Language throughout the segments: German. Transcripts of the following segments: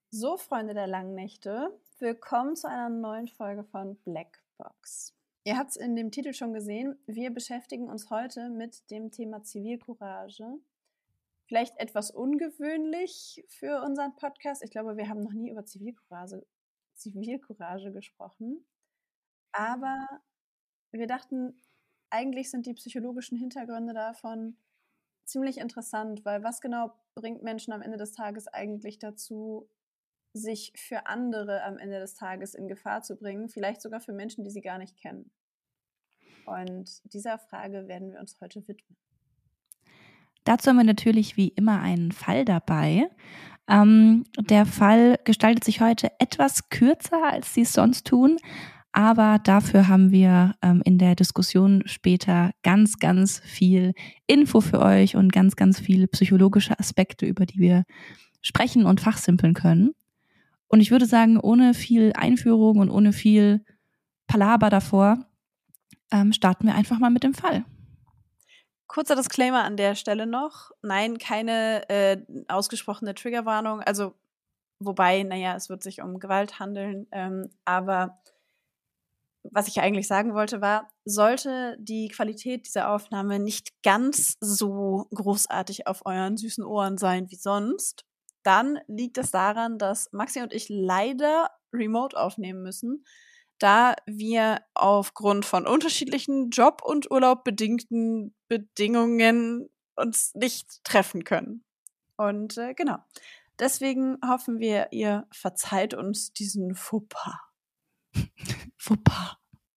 So, Freunde der langen Nächte, willkommen zu einer neuen Folge von Blackbox. Ihr habt es in dem Titel schon gesehen, wir beschäftigen uns heute mit dem Thema Zivilcourage. Vielleicht etwas ungewöhnlich für unseren Podcast. Ich glaube, wir haben noch nie über Zivilcourage gesprochen. Aber wir dachten, eigentlich sind die psychologischen Hintergründe davon ziemlich interessant, weil was genau bringt Menschen am Ende des Tages eigentlich dazu, sich für andere am Ende des Tages in Gefahr zu bringen, vielleicht sogar für Menschen, die sie gar nicht kennen. Und dieser Frage werden wir uns heute widmen. Dazu haben wir natürlich wie immer einen Fall dabei. Der Fall gestaltet sich heute etwas kürzer, als sie es sonst tun, aber dafür haben wir in der Diskussion später ganz, ganz viel Info für euch und ganz, ganz viele psychologische Aspekte, über die wir sprechen und fachsimpeln können. Und ich würde sagen, ohne viel Einführung und ohne viel Palaber davor, starten wir einfach mal mit dem Fall. Kurzer Disclaimer an der Stelle noch. Nein, keine ausgesprochene Triggerwarnung. Also, wobei, es wird sich um Gewalt handeln. Aber was ich eigentlich sagen wollte war, sollte die Qualität dieser Aufnahme nicht ganz so großartig auf euren süßen Ohren sein wie sonst, dann liegt es daran, dass Maxi und ich leider remote aufnehmen müssen, da wir aufgrund von unterschiedlichen Job- und Urlaubbedingten Bedingungen uns nicht treffen können. Und genau. Deswegen hoffen wir, ihr verzeiht uns diesen Fauxpas. Fauxpas.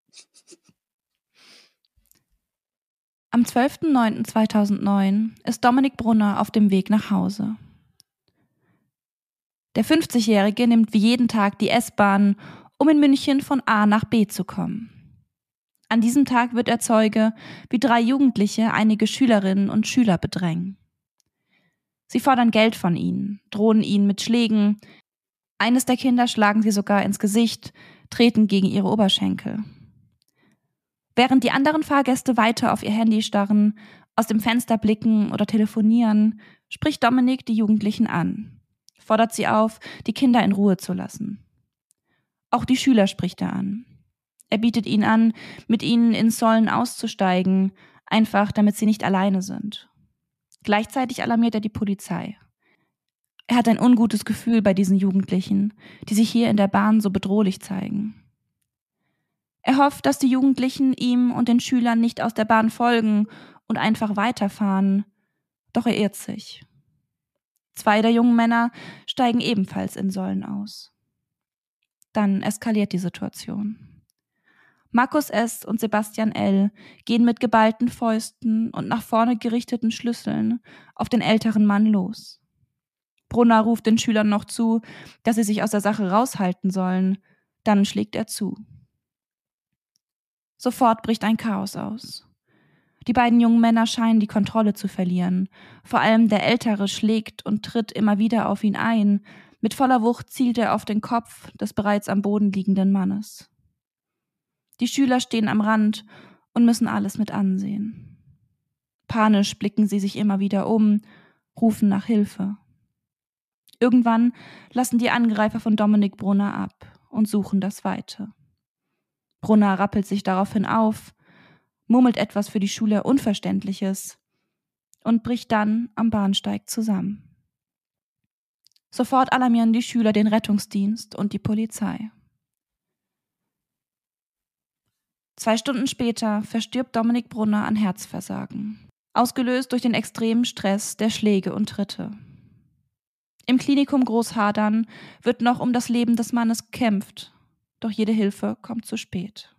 Am 12.09.2009 ist Dominik Brunner auf dem Weg nach Hause. Der 50-Jährige nimmt wie jeden Tag die S-Bahn, um in München von A nach B zu kommen. An diesem Tag wird er Zeuge, wie 3 Jugendliche einige Schülerinnen und Schüler bedrängen. Sie fordern Geld von ihnen, drohen ihnen mit Schlägen. Eines der Kinder schlagen sie sogar ins Gesicht, treten gegen ihre Oberschenkel. Während die anderen Fahrgäste weiter auf ihr Handy starren, aus dem Fenster blicken oder telefonieren, spricht Dominik die Jugendlichen an, fordert sie auf, die Kinder in Ruhe zu lassen. Auch die Schüler spricht er an. Er bietet ihnen an, mit ihnen ins Sollen auszusteigen, einfach damit sie nicht alleine sind. Gleichzeitig alarmiert er die Polizei. Er hat ein ungutes Gefühl bei diesen Jugendlichen, die sich hier in der Bahn so bedrohlich zeigen. Er hofft, dass die Jugendlichen ihm und den Schülern nicht aus der Bahn folgen und einfach weiterfahren, doch er irrt sich. 2 der jungen Männer steigen ebenfalls in Sollen aus. Dann eskaliert die Situation. Markus S. und Sebastian L. gehen mit geballten Fäusten und nach vorne gerichteten Schlüsseln auf den älteren Mann los. Brunner ruft den Schülern noch zu, dass sie sich aus der Sache raushalten sollen. Dann schlägt er zu. Sofort bricht ein Chaos aus. Die beiden jungen Männer scheinen die Kontrolle zu verlieren. Vor allem der Ältere schlägt und tritt immer wieder auf ihn ein. Mit voller Wucht zielt er auf den Kopf des bereits am Boden liegenden Mannes. Die Schüler stehen am Rand und müssen alles mit ansehen. Panisch blicken sie sich immer wieder um, rufen nach Hilfe. Irgendwann lassen die Angreifer von Dominik Brunner ab und suchen das Weite. Brunner rappelt sich daraufhin auf, murmelt etwas für die Schüler Unverständliches und bricht dann am Bahnsteig zusammen. Sofort alarmieren die Schüler den Rettungsdienst und die Polizei. 2 Stunden später verstirbt Dominik Brunner an Herzversagen, ausgelöst durch den extremen Stress der Schläge und Tritte. Im Klinikum Großhadern wird noch um das Leben des Mannes gekämpft, doch jede Hilfe kommt zu spät.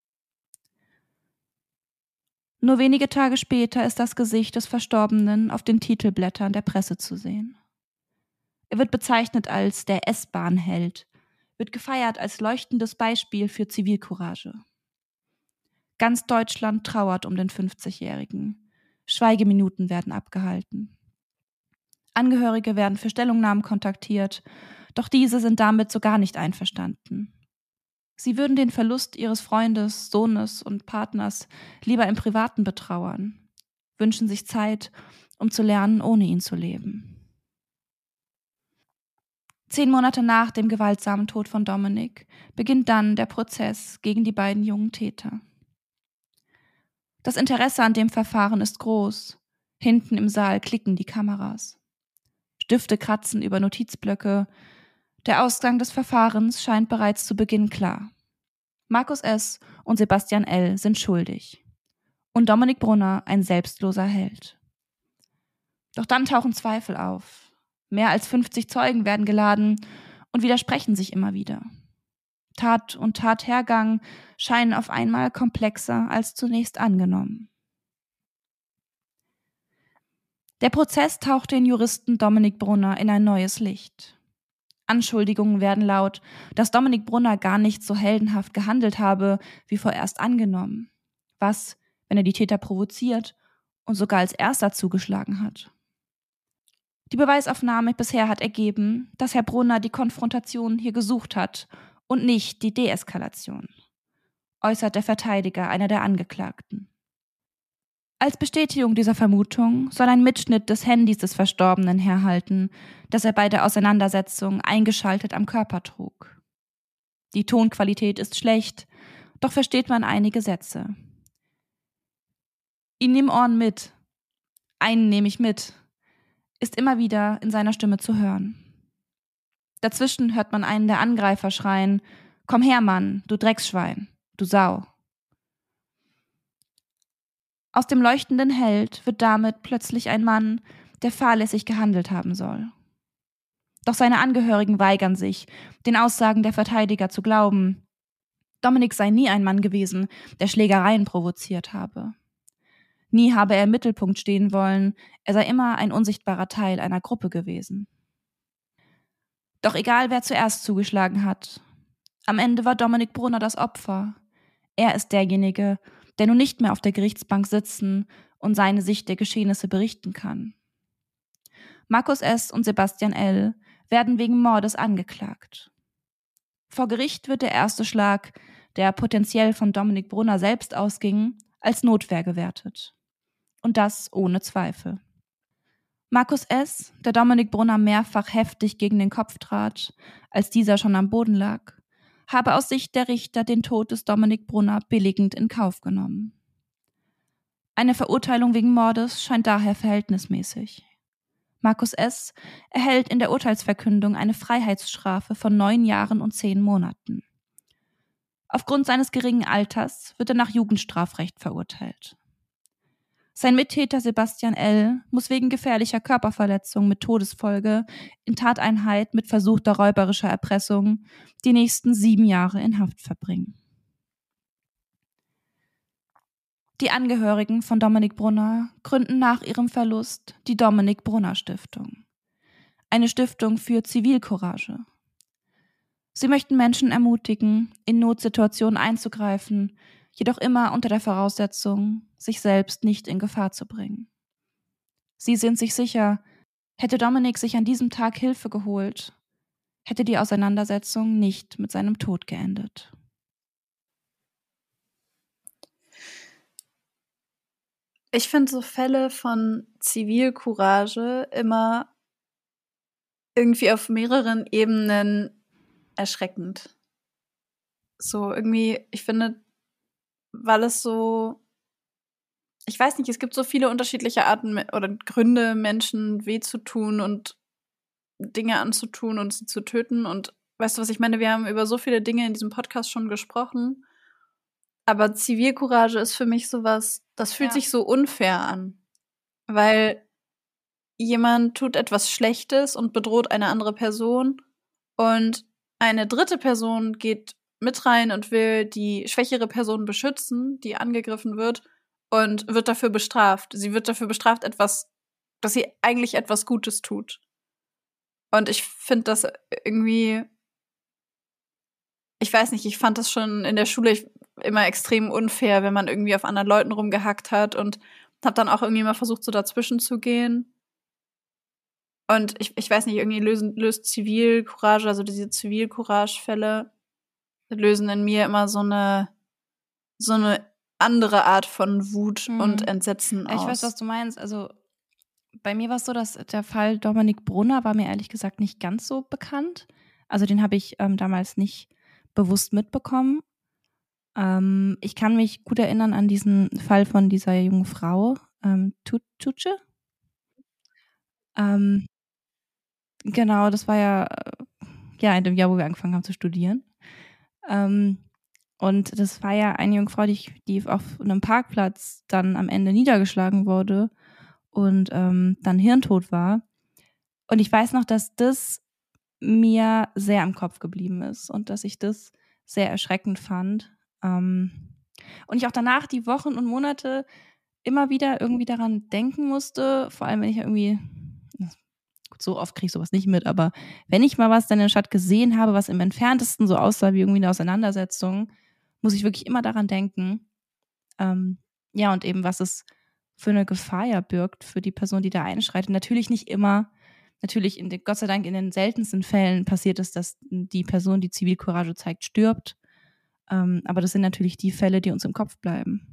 Nur wenige Tage später ist das Gesicht des Verstorbenen auf den Titelblättern der Presse zu sehen. Er wird bezeichnet als der S-Bahn-Held, wird gefeiert als leuchtendes Beispiel für Zivilcourage. Ganz Deutschland trauert um den 50-Jährigen. Schweigeminuten werden abgehalten. Angehörige werden für Stellungnahmen kontaktiert, doch diese sind damit so gar nicht einverstanden. Sie würden den Verlust ihres Freundes, Sohnes und Partners lieber im Privaten betrauern, wünschen sich Zeit, um zu lernen, ohne ihn zu leben. 10 Monate nach dem gewaltsamen Tod von Dominic beginnt dann der Prozess gegen die beiden jungen Täter. Das Interesse an dem Verfahren ist groß. Hinten im Saal klicken die Kameras. Stifte kratzen über Notizblöcke. Der Ausgang des Verfahrens scheint bereits zu Beginn klar. Markus S. und Sebastian L. sind schuldig. Und Dominic Brunner ein selbstloser Held. Doch dann tauchen Zweifel auf. Mehr als 50 Zeugen werden geladen und widersprechen sich immer wieder. Tat und Tathergang scheinen auf einmal komplexer als zunächst angenommen. Der Prozess taucht den Juristen Dominic Brunner in ein neues Licht. Anschuldigungen werden laut, dass Dominic Brunner gar nicht so heldenhaft gehandelt habe, wie vorerst angenommen. Was, wenn er die Täter provoziert und sogar als erster zugeschlagen hat? Die Beweisaufnahme bisher hat ergeben, dass Herr Brunner die Konfrontation hier gesucht hat und nicht die Deeskalation, äußert der Verteidiger einer der Angeklagten. Als Bestätigung dieser Vermutung soll ein Mitschnitt des Handys des Verstorbenen herhalten, das er bei der Auseinandersetzung eingeschaltet am Körper trug. Die Tonqualität ist schlecht, doch versteht man einige Sätze. Ihn nimm Ohren mit. Einen nehme ich mit, ist immer wieder in seiner Stimme zu hören. Dazwischen hört man einen der Angreifer schreien: Komm her, Mann, du Drecksschwein, du Sau. Aus dem leuchtenden Held wird damit plötzlich ein Mann, der fahrlässig gehandelt haben soll. Doch seine Angehörigen weigern sich, den Aussagen der Verteidiger zu glauben. Dominic sei nie ein Mann gewesen, der Schlägereien provoziert habe. Nie habe er im Mittelpunkt stehen wollen, er sei immer ein unsichtbarer Teil einer Gruppe gewesen. Doch egal, wer zuerst zugeschlagen hat, am Ende war Dominic Brunner das Opfer. Er ist derjenige, der nun nicht mehr auf der Gerichtsbank sitzen und seine Sicht der Geschehnisse berichten kann. Markus S. und Sebastian L. werden wegen Mordes angeklagt. Vor Gericht wird der erste Schlag, der potenziell von Dominic Brunner selbst ausging, als Notwehr gewertet. Und das ohne Zweifel. Markus S., der Dominic Brunner mehrfach heftig gegen den Kopf trat, als dieser schon am Boden lag, habe aus Sicht der Richter den Tod des Dominic Brunner billigend in Kauf genommen. Eine Verurteilung wegen Mordes scheint daher verhältnismäßig. Markus S. erhält in der Urteilsverkündung eine Freiheitsstrafe von 9 Jahren und 10 Monaten. Aufgrund seines geringen Alters wird er nach Jugendstrafrecht verurteilt. Sein Mittäter Sebastian L. muss wegen gefährlicher Körperverletzung mit Todesfolge in Tateinheit mit versuchter räuberischer Erpressung die nächsten 7 Jahre in Haft verbringen. Die Angehörigen von Dominic Brunner gründen nach ihrem Verlust die Dominic Brunner Stiftung. Eine Stiftung für Zivilcourage. Sie möchten Menschen ermutigen, in Notsituationen einzugreifen, jedoch immer unter der Voraussetzung, sich selbst nicht in Gefahr zu bringen. Sie sind sich sicher, hätte Dominic sich an diesem Tag Hilfe geholt, hätte die Auseinandersetzung nicht mit seinem Tod geendet. Ich finde so Fälle von Zivilcourage immer irgendwie auf mehreren Ebenen erschreckend. So irgendwie, ich finde, weil es so, ich weiß nicht, es gibt so viele unterschiedliche Arten oder Gründe, Menschen weh zu tun und Dinge anzutun und sie zu töten. Und weißt du, was ich meine? Wir haben über so viele Dinge in diesem Podcast schon gesprochen. Aber Zivilcourage ist für mich sowas, das fühlt sich so unfair an. Weil jemand tut etwas Schlechtes und bedroht eine andere Person und eine dritte Person geht mit rein und will die schwächere Person beschützen, die angegriffen wird, und wird dafür bestraft. Sie wird dafür bestraft, dass sie eigentlich etwas Gutes tut. Und ich finde das irgendwie, ich weiß nicht, ich fand das schon in der Schule immer extrem unfair, wenn man irgendwie auf anderen Leuten rumgehackt hat, und habe dann auch irgendwie mal versucht, so dazwischen zu gehen. Und ich weiß nicht, irgendwie löst Zivilcourage, also diese Zivilcourage-Fälle lösen in mir immer so eine andere Art von Wut und Entsetzen aus. Ich weiß, was du meinst. Also Bei mir war es so, dass der Fall Dominik Brunner war mir ehrlich gesagt nicht ganz so bekannt. Also den habe ich damals nicht bewusst mitbekommen. Ich kann mich gut erinnern an diesen Fall von dieser jungen Frau, Tutsche. Genau, das war ja in dem Jahr, wo wir angefangen haben zu studieren. Und das war ja eine junge Frau, die auf einem Parkplatz dann am Ende niedergeschlagen wurde und dann hirntot war. Und ich weiß noch, dass das mir sehr im Kopf geblieben ist und dass ich das sehr erschreckend fand. Und ich auch danach die Wochen und Monate immer wieder irgendwie daran denken musste, vor allem wenn ich irgendwie, gut, so oft kriege ich sowas nicht mit, aber wenn ich mal was dann in der Stadt gesehen habe, was im Entferntesten so aussah wie irgendwie eine Auseinandersetzung, muss ich wirklich immer daran denken. Ja, und eben, was es für eine Gefahr ja birgt für die Person, die da einschreitet. Natürlich nicht immer. Natürlich, Gott sei Dank, in den seltensten Fällen passiert es, dass die Person, die Zivilcourage zeigt, stirbt. Aber das sind natürlich die Fälle, die uns im Kopf bleiben.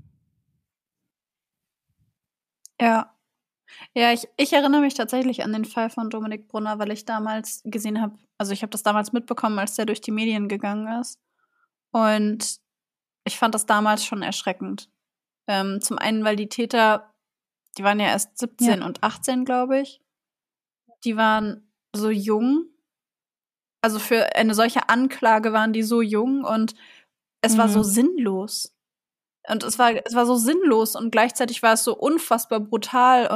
Ja. Ja, ich erinnere mich tatsächlich an den Fall von Dominik Brunner, weil ich damals gesehen habe, also ich habe das damals mitbekommen, als der durch die Medien gegangen ist. Und ich fand das damals schon erschreckend. Zum einen, weil die Täter, die waren ja erst 17 und 18, glaube ich. Die waren so jung. Also für eine solche Anklage waren die so jung und es war so sinnlos. Und es war so sinnlos und gleichzeitig war es so unfassbar brutal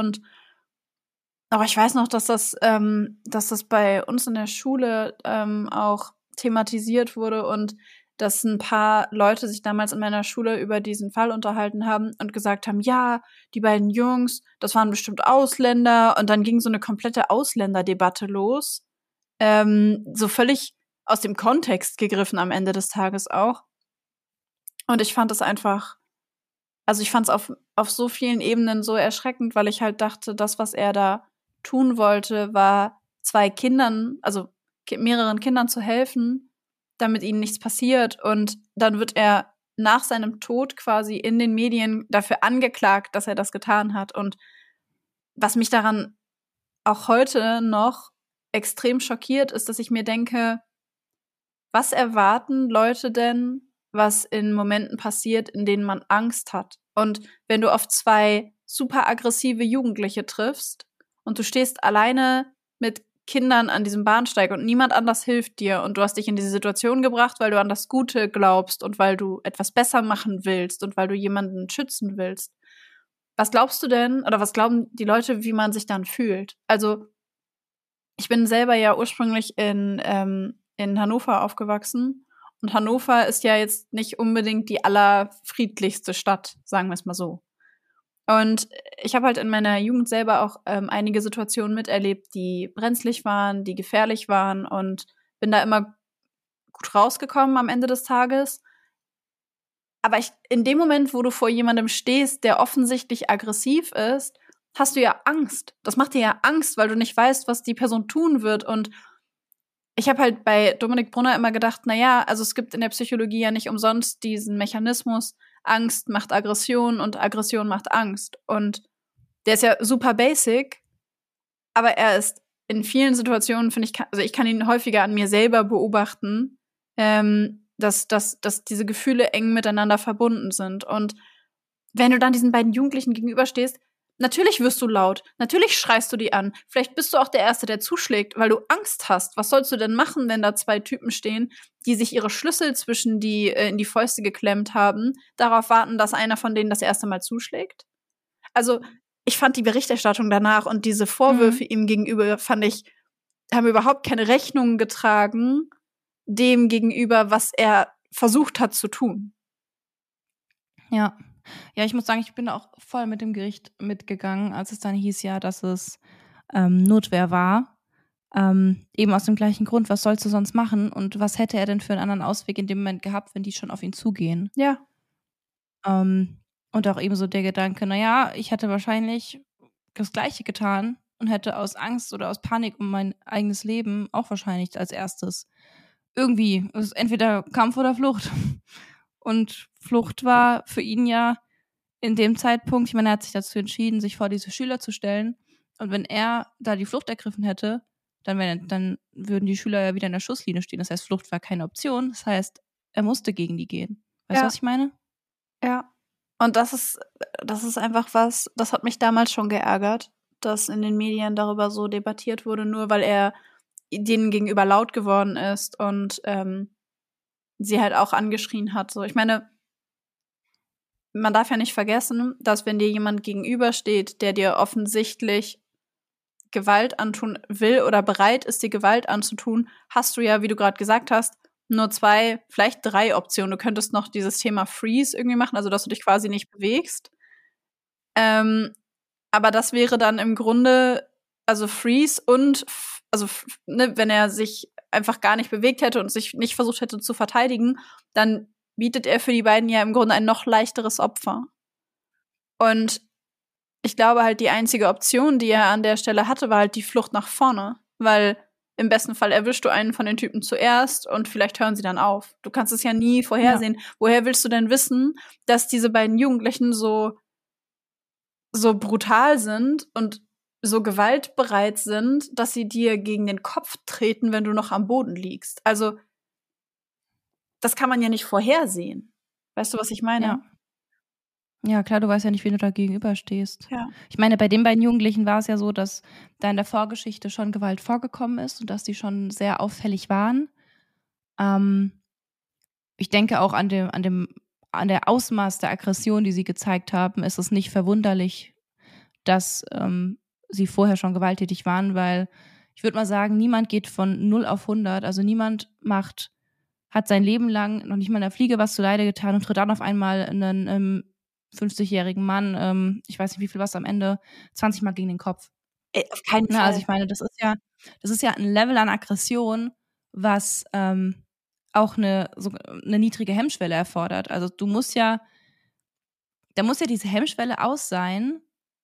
aber ich weiß noch, dass das bei uns in der Schule auch thematisiert wurde und dass ein paar Leute sich damals in meiner Schule über diesen Fall unterhalten haben und gesagt haben, ja, die beiden Jungs, das waren bestimmt Ausländer. Und dann ging so eine komplette Ausländerdebatte los. So völlig aus dem Kontext gegriffen am Ende des Tages auch. Und ich fand es einfach, also ich fand es auf so vielen Ebenen so erschreckend, weil ich halt dachte, das, was er da tun wollte, war mehreren Kindern zu helfen, damit ihnen nichts passiert. Und dann wird er nach seinem Tod quasi in den Medien dafür angeklagt, dass er das getan hat. Und was mich daran auch heute noch extrem schockiert, ist, dass ich mir denke, was erwarten Leute denn, was in Momenten passiert, in denen man Angst hat? Und wenn du auf zwei super aggressive Jugendliche triffst und du stehst alleine mit Kindern an diesem Bahnsteig und niemand anders hilft dir und du hast dich in diese Situation gebracht, weil du an das Gute glaubst und weil du etwas besser machen willst und weil du jemanden schützen willst. Was glaubst du denn, oder was glauben die Leute, wie man sich dann fühlt? Also, ich bin selber ja ursprünglich in Hannover aufgewachsen. Und Hannover ist ja jetzt nicht unbedingt die allerfriedlichste Stadt, sagen wir es mal so. Und ich habe halt in meiner Jugend selber auch einige Situationen miterlebt, die brenzlig waren, die gefährlich waren und bin da immer gut rausgekommen am Ende des Tages. Aber in dem Moment, wo du vor jemandem stehst, der offensichtlich aggressiv ist, hast du ja Angst. Das macht dir ja Angst, weil du nicht weißt, was die Person tun wird. Und ich habe halt bei Dominik Brunner immer gedacht, also es gibt in der Psychologie ja nicht umsonst diesen Mechanismus, Angst macht Aggression und Aggression macht Angst. Und der ist ja super basic, aber er ist in vielen Situationen, finde ich, also ich kann ihn häufiger an mir selber beobachten, dass diese Gefühle eng miteinander verbunden sind. Und wenn du dann diesen beiden Jugendlichen gegenüberstehst, natürlich wirst du laut, natürlich schreist du die an. Vielleicht bist du auch der Erste, der zuschlägt, weil du Angst hast. Was sollst du denn machen, wenn da zwei Typen stehen, die sich ihre Schlüssel in die Fäuste geklemmt haben, darauf warten, dass einer von denen das erste Mal zuschlägt? Also, ich fand die Berichterstattung danach und diese Vorwürfe ihm gegenüber, haben überhaupt keine Rechnung getragen dem gegenüber, was er versucht hat zu tun. Ja. Ja, ich muss sagen, ich bin auch voll mit dem Gericht mitgegangen, als es dann hieß ja, dass es Notwehr war. Eben aus dem gleichen Grund, was sollst du sonst machen? Und was hätte er denn für einen anderen Ausweg in dem Moment gehabt, wenn die schon auf ihn zugehen? Ja. Und auch eben so der Gedanke, ich hätte wahrscheinlich das Gleiche getan und hätte aus Angst oder aus Panik um mein eigenes Leben auch wahrscheinlich als erstes irgendwie, es ist entweder Kampf oder Flucht. Und Flucht war für ihn ja in dem Zeitpunkt, ich meine, er hat sich dazu entschieden, sich vor diese Schüler zu stellen Und wenn er da die Flucht ergriffen hätte, dann würden die Schüler ja wieder in der Schusslinie stehen. Das heißt, Flucht war keine Option. Das heißt, er musste gegen die gehen. Weißt du, was ich meine? Ja. Und das ist einfach was, das hat mich damals schon geärgert, dass in den Medien darüber so debattiert wurde, nur weil er denen gegenüber laut geworden ist und sie halt auch angeschrien hat. So, ich meine, man darf ja nicht vergessen, dass wenn dir jemand gegenübersteht, der dir offensichtlich Gewalt antun will oder bereit ist, dir Gewalt anzutun, hast du ja, wie du gerade gesagt hast, nur 2, vielleicht 3 Optionen. Du könntest noch dieses Thema Freeze irgendwie machen, also dass du dich quasi nicht bewegst. Aber das wäre dann im Grunde, also Freeze und, wenn er sich einfach gar nicht bewegt hätte und sich nicht versucht hätte zu verteidigen, dann bietet er für die beiden ja im Grunde ein noch leichteres Opfer. Und ich glaube halt, die einzige Option, die er an der Stelle hatte, war halt die Flucht nach vorne. Weil im besten Fall erwischst du einen von den Typen zuerst und vielleicht hören sie dann auf. Du kannst es ja nie vorhersehen. Ja. Woher willst du denn wissen, dass diese beiden Jugendlichen so brutal sind und so gewaltbereit sind, dass sie dir gegen den Kopf treten, wenn du noch am Boden liegst? Also, das kann man ja nicht vorhersehen. Weißt du, was ich meine? Ja. Ja, klar, du weißt ja nicht, wen du da gegenüberstehst. Ja. Ich meine, bei den beiden Jugendlichen war es ja so, dass da in der Vorgeschichte schon Gewalt vorgekommen ist und dass die schon sehr auffällig waren. Ich denke auch an der Ausmaß der Aggression, die sie gezeigt haben, ist es nicht verwunderlich, dass sie vorher schon gewalttätig waren, weil ich würde mal sagen, niemand geht von 0 auf 100, also niemand hat sein Leben lang noch nicht mal in der Fliege was zuleide getan und tritt dann auf einmal einen 50-jährigen Mann, ich weiß nicht, wie viel was am Ende, 20 Mal gegen den Kopf. Auf keinen Fall. Also ich meine, das ist ja ein Level an Aggression, was auch eine niedrige Hemmschwelle erfordert. Also da muss ja diese Hemmschwelle aus sein,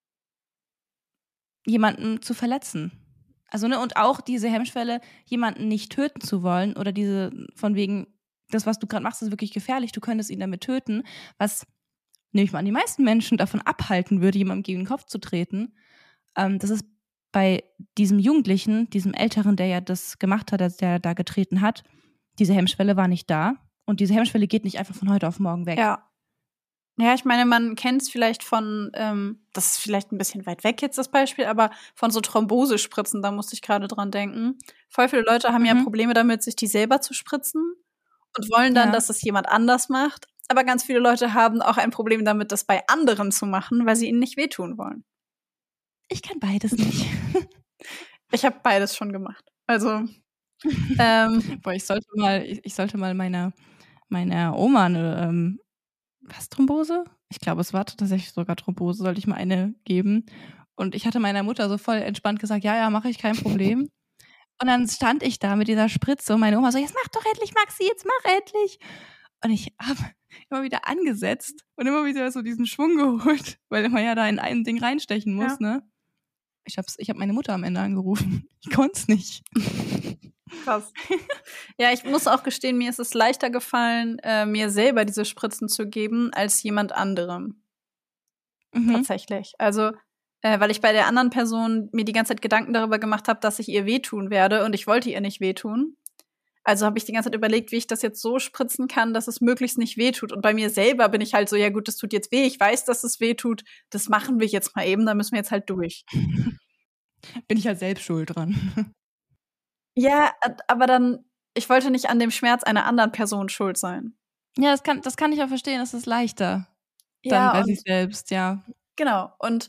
jemanden zu verletzen. Also, ne, und auch diese Hemmschwelle, jemanden nicht töten zu wollen oder diese von wegen, das, was du gerade machst, ist wirklich gefährlich, du könntest ihn damit töten, was, nehme ich mal an, die meisten Menschen davon abhalten würde, jemandem gegen den Kopf zu treten. Das ist bei diesem Jugendlichen, diesem Älteren, der ja das gemacht hat, der da getreten hat, diese Hemmschwelle war nicht da. Und diese Hemmschwelle geht nicht einfach von heute auf morgen weg. Ja, ich meine, man kennt es vielleicht von, das ist vielleicht ein bisschen weit weg jetzt das Beispiel, aber von so Thrombosespritzen, da musste ich gerade dran denken. Voll viele Leute haben ja Probleme damit, sich die selber zu spritzen und wollen dann, dass es jemand anders macht. Aber ganz viele Leute haben auch ein Problem damit, das bei anderen zu machen, weil sie ihnen nicht wehtun wollen. Ich kann beides nicht. Ich habe beides schon gemacht. Also, ich sollte mal meiner Oma eine, Thrombose? Ich glaube, es war tatsächlich sogar Thrombose, sollte ich mal eine geben. Und ich hatte meiner Mutter so voll entspannt gesagt, ja, mache ich, kein Problem. Und dann stand ich da mit dieser Spritze und meine Oma so, jetzt mach doch endlich, Maxi, jetzt mach endlich. Und ich habe immer wieder angesetzt und immer wieder so diesen Schwung geholt, weil man ja da in ein Ding reinstechen muss, ne? Ich hab meine Mutter am Ende angerufen. Ich konnte es nicht. Krass. Ja, ich muss auch gestehen, mir ist es leichter gefallen, mir selber diese Spritzen zu geben, als jemand anderem. Tatsächlich. Also, weil ich bei der anderen Person mir die ganze Zeit Gedanken darüber gemacht habe, dass ich ihr wehtun werde und ich wollte ihr nicht wehtun. Also habe ich die ganze Zeit überlegt, wie ich das jetzt so spritzen kann, dass es möglichst nicht wehtut. Und bei mir selber bin ich halt so, ja gut, das tut jetzt weh, ich weiß, dass es wehtut, das machen wir jetzt mal eben, da müssen wir jetzt halt durch. Bin ich halt selbst schuld dran. Ja, aber dann, ich wollte nicht an dem Schmerz einer anderen Person schuld sein. Ja, das kann ich auch verstehen, das ist leichter. Dann bei sich selbst, ja. Genau, und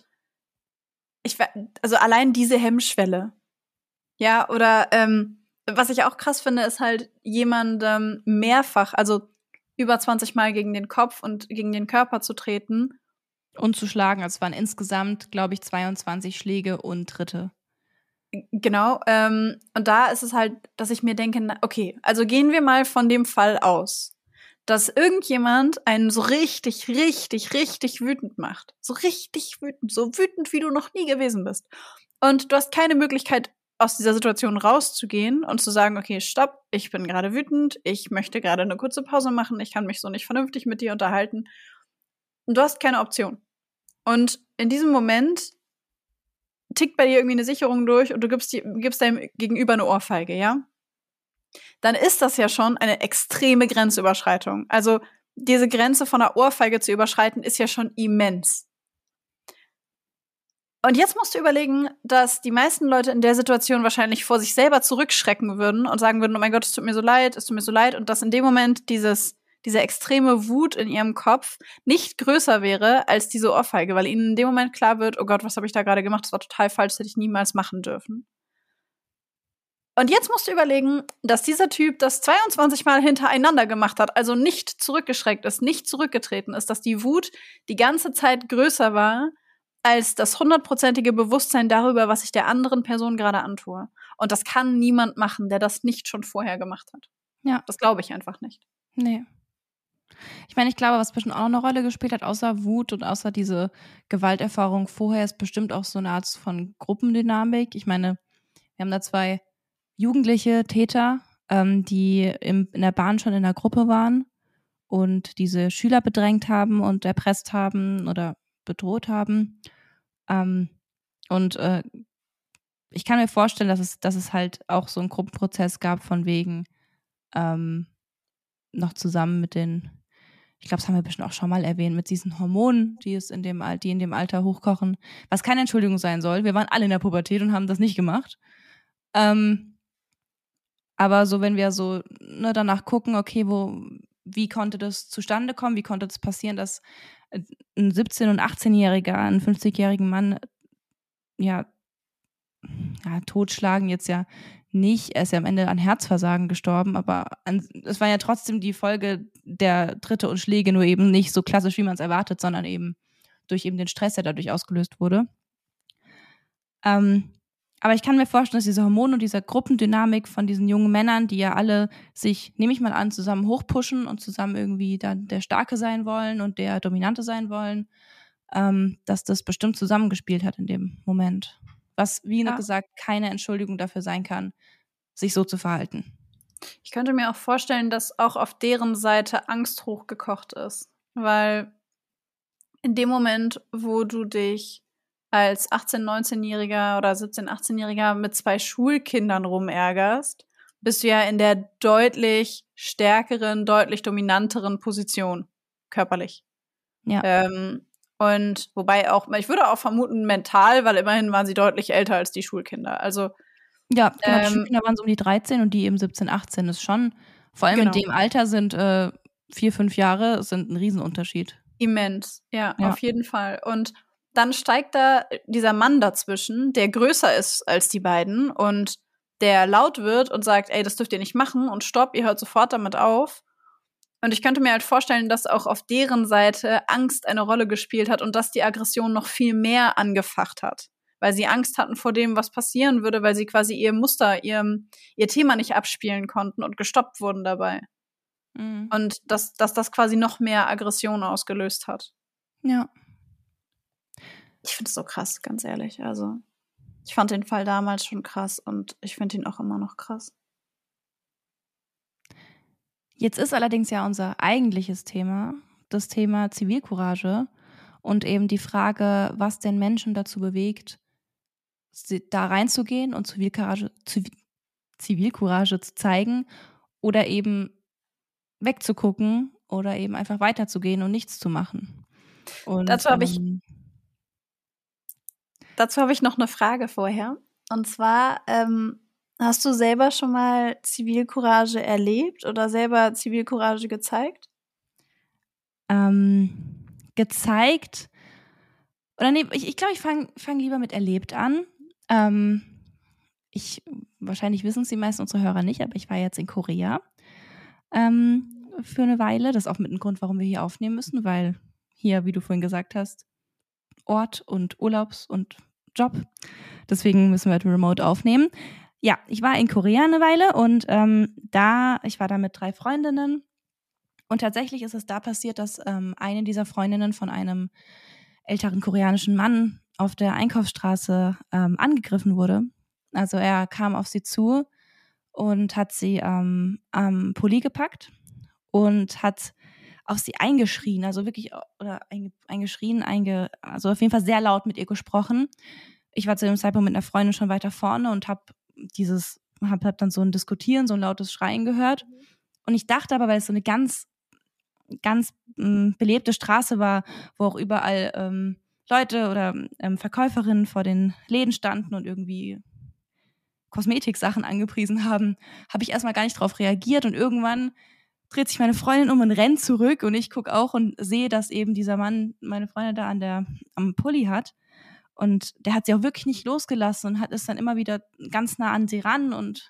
also allein diese Hemmschwelle. Ja, oder was ich auch krass finde, ist halt jemandem mehrfach, also über 20 Mal gegen den Kopf und gegen den Körper zu treten. Und zu schlagen. Also es waren insgesamt, glaube ich, 22 Schläge und Tritte. Genau. Und da ist es halt, dass ich mir denke, okay, also gehen wir mal von dem Fall aus, dass irgendjemand einen so richtig, richtig, richtig wütend macht. So richtig wütend. So wütend, wie du noch nie gewesen bist. Und du hast keine Möglichkeit, aus dieser Situation rauszugehen und zu sagen, okay, stopp, ich bin gerade wütend, ich möchte gerade eine kurze Pause machen, ich kann mich so nicht vernünftig mit dir unterhalten. Und du hast keine Option. Und in diesem Moment tickt bei dir irgendwie eine Sicherung durch und du gibst deinem Gegenüber eine Ohrfeige, ja? Dann ist das ja schon eine extreme Grenzüberschreitung. Also diese Grenze von einer Ohrfeige zu überschreiten, ist ja schon immens. Und jetzt musst du überlegen, dass die meisten Leute in der Situation wahrscheinlich vor sich selber zurückschrecken würden und sagen würden, oh mein Gott, es tut mir so leid, und dass in dem Moment diese extreme Wut in ihrem Kopf nicht größer wäre als diese Ohrfeige, weil ihnen in dem Moment klar wird, oh Gott, was habe ich da gerade gemacht, das war total falsch, das hätte ich niemals machen dürfen. Und jetzt musst du überlegen, dass dieser Typ das 22 Mal hintereinander gemacht hat, also nicht zurückgeschreckt ist, nicht zurückgetreten ist, dass die Wut die ganze Zeit größer war als das 100%ige Bewusstsein darüber, was ich der anderen Person gerade antue. Und das kann niemand machen, der das nicht schon vorher gemacht hat. Ja. Das glaube ich einfach nicht. Nee. Ich meine, ich glaube, was bestimmt auch noch eine Rolle gespielt hat, außer Wut und außer diese Gewalterfahrung vorher, ist bestimmt auch so eine Art von Gruppendynamik. Ich meine, wir haben da 2 jugendliche Täter, die in der Bahn schon in der Gruppe waren und diese Schüler bedrängt haben und erpresst haben oder bedroht haben. Ich kann mir vorstellen, dass es halt auch so einen Gruppenprozess gab von wegen noch zusammen mit den, ich glaube, das haben wir bestimmt auch schon mal erwähnt, mit diesen Hormonen, die in dem Alter hochkochen, was keine Entschuldigung sein soll. Wir waren alle in der Pubertät und haben das nicht gemacht. Aber so, wenn wir so danach gucken, okay, wie konnte das zustande kommen, wie konnte das passieren, dass ein 17- und 18-Jähriger einen 50-jährigen Mann totschlagen jetzt ja nicht. Er ist ja am Ende an Herzversagen gestorben, aber es war ja trotzdem die Folge der Tritte und Schläge, nur eben nicht so klassisch, wie man es erwartet, sondern eben durch eben den Stress, der dadurch ausgelöst wurde. Aber ich kann mir vorstellen, dass diese Hormone und diese Gruppendynamik von diesen jungen Männern, die ja alle sich, nehme ich mal an, zusammen hochpushen und zusammen irgendwie dann der Starke sein wollen und der Dominante sein wollen, dass das bestimmt zusammengespielt hat in dem Moment. Was, wie gesagt, keine Entschuldigung dafür sein kann, sich so zu verhalten. Ich könnte mir auch vorstellen, dass auch auf deren Seite Angst hochgekocht ist. Weil in dem Moment, wo du dich als 18-, 19-Jähriger oder 17-, 18-Jähriger mit 2 Schulkindern rumärgerst, bist du ja in der deutlich stärkeren, deutlich dominanteren Position, körperlich. Ja. Und wobei auch, ich würde auch vermuten, mental, weil immerhin waren sie deutlich älter als die Schulkinder. Also ja, genau, die Schulkinder waren so um die 13 und die eben 17, 18. Das ist schon, vor allem in dem Alter sind 4, 5 Jahre, sind ein Riesenunterschied. Immens, ja, auf jeden Fall. Und dann steigt da dieser Mann dazwischen, der größer ist als die beiden und der laut wird und sagt, ey, das dürft ihr nicht machen und stopp, ihr hört sofort damit auf. Und ich könnte mir halt vorstellen, dass auch auf deren Seite Angst eine Rolle gespielt hat und dass die Aggression noch viel mehr angefacht hat. Weil sie Angst hatten vor dem, was passieren würde, weil sie quasi ihr Muster, ihr Thema nicht abspielen konnten und gestoppt wurden dabei. Mhm. Und dass das quasi noch mehr Aggression ausgelöst hat. Ja. Ich finde es so krass, ganz ehrlich. Also, ich fand den Fall damals schon krass und ich finde ihn auch immer noch krass. Jetzt ist allerdings ja unser eigentliches Thema das Thema Zivilcourage und eben die Frage, was den Menschen dazu bewegt, da reinzugehen und Zivilcourage zu zeigen oder eben wegzugucken oder eben einfach weiterzugehen und nichts zu machen. Und dazu habe ich noch eine Frage vorher. Und zwar, hast du selber schon mal Zivilcourage erlebt oder selber Zivilcourage gezeigt? Gezeigt? Oder nee, ich glaube, ich fang lieber mit erlebt an. Wahrscheinlich wissen es die meisten unserer Hörer nicht, aber ich war jetzt in Korea für eine Weile. Das ist auch mit ein Grund, warum wir hier aufnehmen müssen, weil hier, wie du vorhin gesagt hast, Ort und Urlaubs- und Job. Deswegen müssen wir halt remote aufnehmen. Ja, ich war in Korea eine Weile und ich war da mit 3 Freundinnen. Und tatsächlich ist es da passiert, dass eine dieser Freundinnen von einem älteren koreanischen Mann auf der Einkaufsstraße angegriffen wurde. Also er kam auf sie zu und hat sie am Pulli gepackt und hat auf sie eingeschrien, also wirklich, oder eingeschrien, also auf jeden Fall sehr laut mit ihr gesprochen. ich war zu dem Zeitpunkt mit einer Freundin schon weiter vorne und hab dann so ein Diskutieren, so ein lautes Schreien gehört. Und ich dachte aber, weil es so eine ganz, ganz belebte Straße war, wo auch überall Leute oder Verkäuferinnen vor den Läden standen und irgendwie Kosmetiksachen angepriesen haben, habe ich erstmal gar nicht drauf reagiert und irgendwann dreht sich meine Freundin um und rennt zurück und ich gucke auch und sehe, dass eben dieser Mann meine Freundin da am Pulli hat und der hat sie auch wirklich nicht losgelassen und ist dann immer wieder ganz nah an sie ran und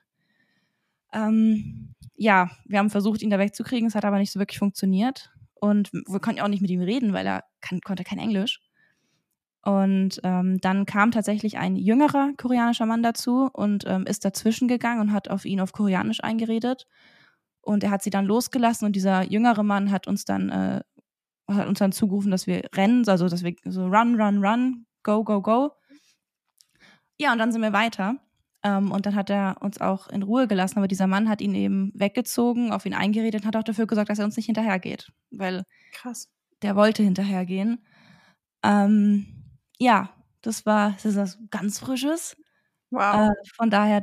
ja, wir haben versucht, ihn da wegzukriegen, es hat aber nicht so wirklich funktioniert und wir konnten auch nicht mit ihm reden, weil er konnte kein Englisch. Und dann kam tatsächlich ein jüngerer koreanischer Mann dazu und ist dazwischen gegangen und hat auf ihn auf Koreanisch eingeredet. Und er hat sie dann losgelassen und dieser jüngere Mann hat uns dann zugerufen, dass wir rennen, also dass wir so run, run, run, go, go, go. Ja, und dann sind wir weiter. Und dann hat er uns auch in Ruhe gelassen, aber dieser Mann hat ihn eben weggezogen, auf ihn eingeredet und hat auch dafür gesorgt, dass er uns nicht hinterhergeht, weil Krass. der wollte hinterhergehen. Ja, das ist was ganz Frisches. Wow. Von daher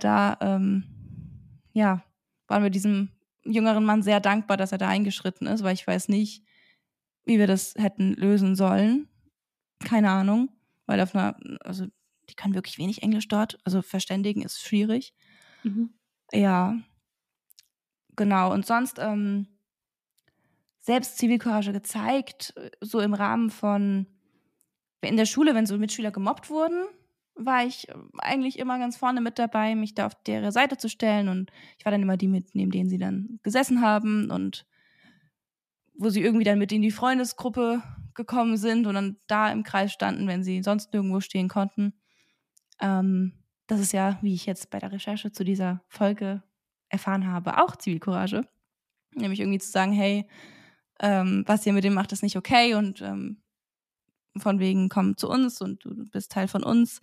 ja, waren wir diesem jüngeren Mann sehr dankbar, dass er da eingeschritten ist, weil ich weiß nicht, wie wir das hätten lösen sollen. Keine Ahnung, weil also die können wirklich wenig Englisch dort, also verständigen ist schwierig. Mhm. Ja, genau. Und sonst selbst Zivilcourage gezeigt, so im Rahmen von in der Schule, wenn so Mitschüler gemobbt wurden, war ich eigentlich immer ganz vorne mit dabei, mich da auf deren Seite zu stellen und ich war dann immer die neben denen sie dann gesessen haben und wo sie irgendwie dann mit in die Freundesgruppe gekommen sind und dann da im Kreis standen, wenn sie sonst nirgendwo stehen konnten. Das ist ja, wie ich jetzt bei der Recherche zu dieser Folge erfahren habe, auch Zivilcourage. Nämlich irgendwie zu sagen, hey, was ihr mit dem macht, ist nicht okay und von wegen, komm zu uns und du bist Teil von uns.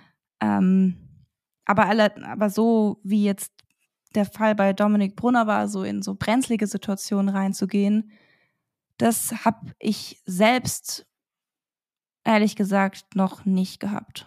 Aber so wie jetzt der Fall bei Dominik Brunner war, so in so brenzlige Situationen reinzugehen, das habe ich selbst ehrlich gesagt noch nicht gehabt.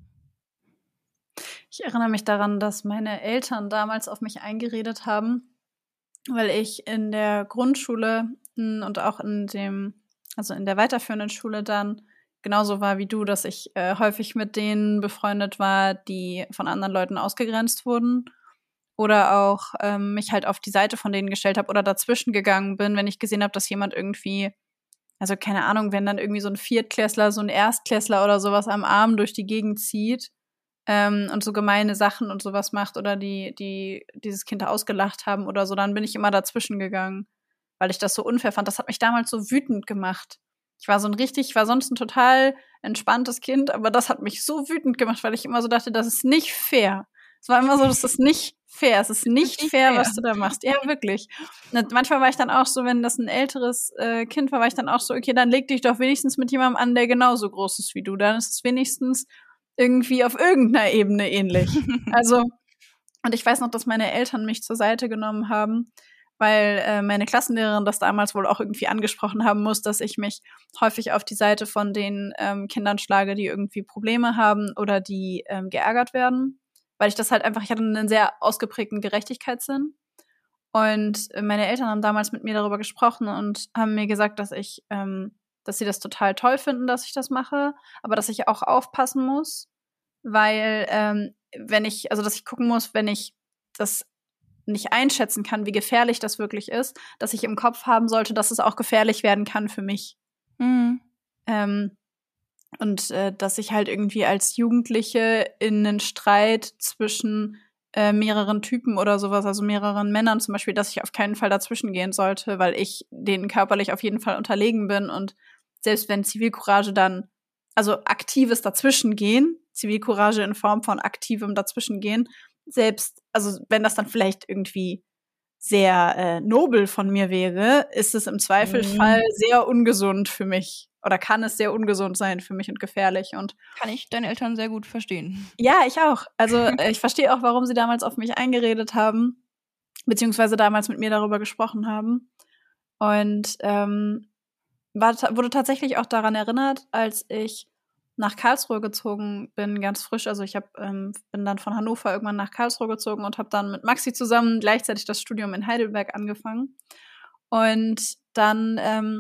Ich erinnere mich daran, dass meine Eltern damals auf mich eingeredet haben, weil ich in der Grundschule und auch in der weiterführenden Schule dann genauso war wie du, dass ich häufig mit denen befreundet war, die von anderen Leuten ausgegrenzt wurden. Oder auch mich halt auf die Seite von denen gestellt habe oder dazwischen gegangen bin, wenn ich gesehen habe, dass jemand irgendwie, also keine Ahnung, wenn dann irgendwie so ein Viertklässler, so ein Erstklässler oder sowas am Arm durch die Gegend zieht und so gemeine Sachen und sowas macht oder die dieses Kind ausgelacht haben oder so, dann bin ich immer dazwischen gegangen, weil ich das so unfair fand. Das hat mich damals so wütend gemacht. Ich war sonst ein total entspanntes Kind, aber das hat mich so wütend gemacht, weil ich immer so dachte, das ist nicht fair. Es war immer so, das ist nicht fair. Es ist nicht fair, was du da machst. Ja, wirklich. Und manchmal war ich dann auch so, wenn das ein älteres Kind war ich dann auch so, okay, dann leg dich doch wenigstens mit jemandem an, der genauso groß ist wie du. Dann ist es wenigstens irgendwie auf irgendeiner Ebene ähnlich. Also, und ich weiß noch, dass meine Eltern mich zur Seite genommen haben, weil meine Klassenlehrerin das damals wohl auch irgendwie angesprochen haben muss, dass ich mich häufig auf die Seite von den Kindern schlage, die irgendwie Probleme haben oder die geärgert werden. Weil ich das halt einfach, ich hatte einen sehr ausgeprägten Gerechtigkeitssinn. Und meine Eltern haben damals mit mir darüber gesprochen und haben mir gesagt, dass sie das total toll finden, dass ich das mache, aber dass ich auch aufpassen muss, weil dass ich gucken muss, wenn ich das nicht einschätzen kann, wie gefährlich das wirklich ist, dass ich im Kopf haben sollte, dass es auch gefährlich werden kann für mich. Mhm. Und dass ich halt irgendwie als Jugendliche in einen Streit zwischen mehreren Typen oder sowas, also mehreren Männern zum Beispiel, dass ich auf keinen Fall dazwischen gehen sollte, weil ich denen körperlich auf jeden Fall unterlegen bin. Und selbst wenn Zivilcourage dann, also aktives Dazwischengehen, Zivilcourage in Form von aktivem Dazwischengehen, selbst, also wenn das dann vielleicht irgendwie sehr nobel von mir wäre, ist es im Zweifelsfall sehr ungesund für mich. Oder kann es sehr ungesund sein für mich und gefährlich. Und kann ich deine Eltern sehr gut verstehen. Ja, ich auch. Also ich verstehe auch, warum sie damals auf mich eingeredet haben, beziehungsweise damals mit mir darüber gesprochen haben. Und wurde tatsächlich auch daran erinnert, als ich nach Karlsruhe gezogen bin, ganz frisch. Also ich bin dann von Hannover irgendwann nach Karlsruhe gezogen und habe dann mit Maxi zusammen gleichzeitig das Studium in Heidelberg angefangen. Und dann,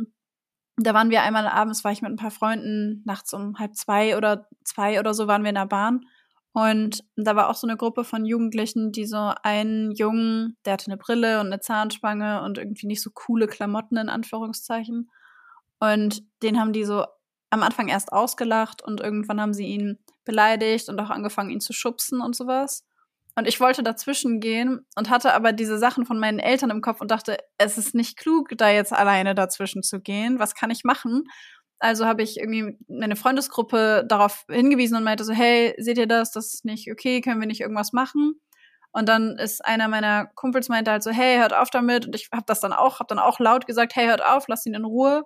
da waren wir einmal abends, war ich mit ein paar Freunden, nachts um 1:30 oder 2 oder so waren wir in der Bahn. Und da war auch so eine Gruppe von Jugendlichen, die so einen Jungen, der hatte eine Brille und eine Zahnspange und irgendwie nicht so coole Klamotten in Anführungszeichen. Und den haben die so am Anfang erst ausgelacht und irgendwann haben sie ihn beleidigt und auch angefangen, ihn zu schubsen und sowas. Und ich wollte dazwischen gehen und hatte aber diese Sachen von meinen Eltern im Kopf und dachte, es ist nicht klug, da jetzt alleine dazwischen zu gehen. Was kann ich machen? Also habe ich irgendwie meine Freundesgruppe darauf hingewiesen und meinte so, hey, seht ihr das? Das ist nicht okay, können wir nicht irgendwas machen? Und dann ist einer meiner Kumpels meinte halt so, hey, hört auf damit. Und ich habe dann auch laut gesagt, hey, hört auf, lasst ihn in Ruhe.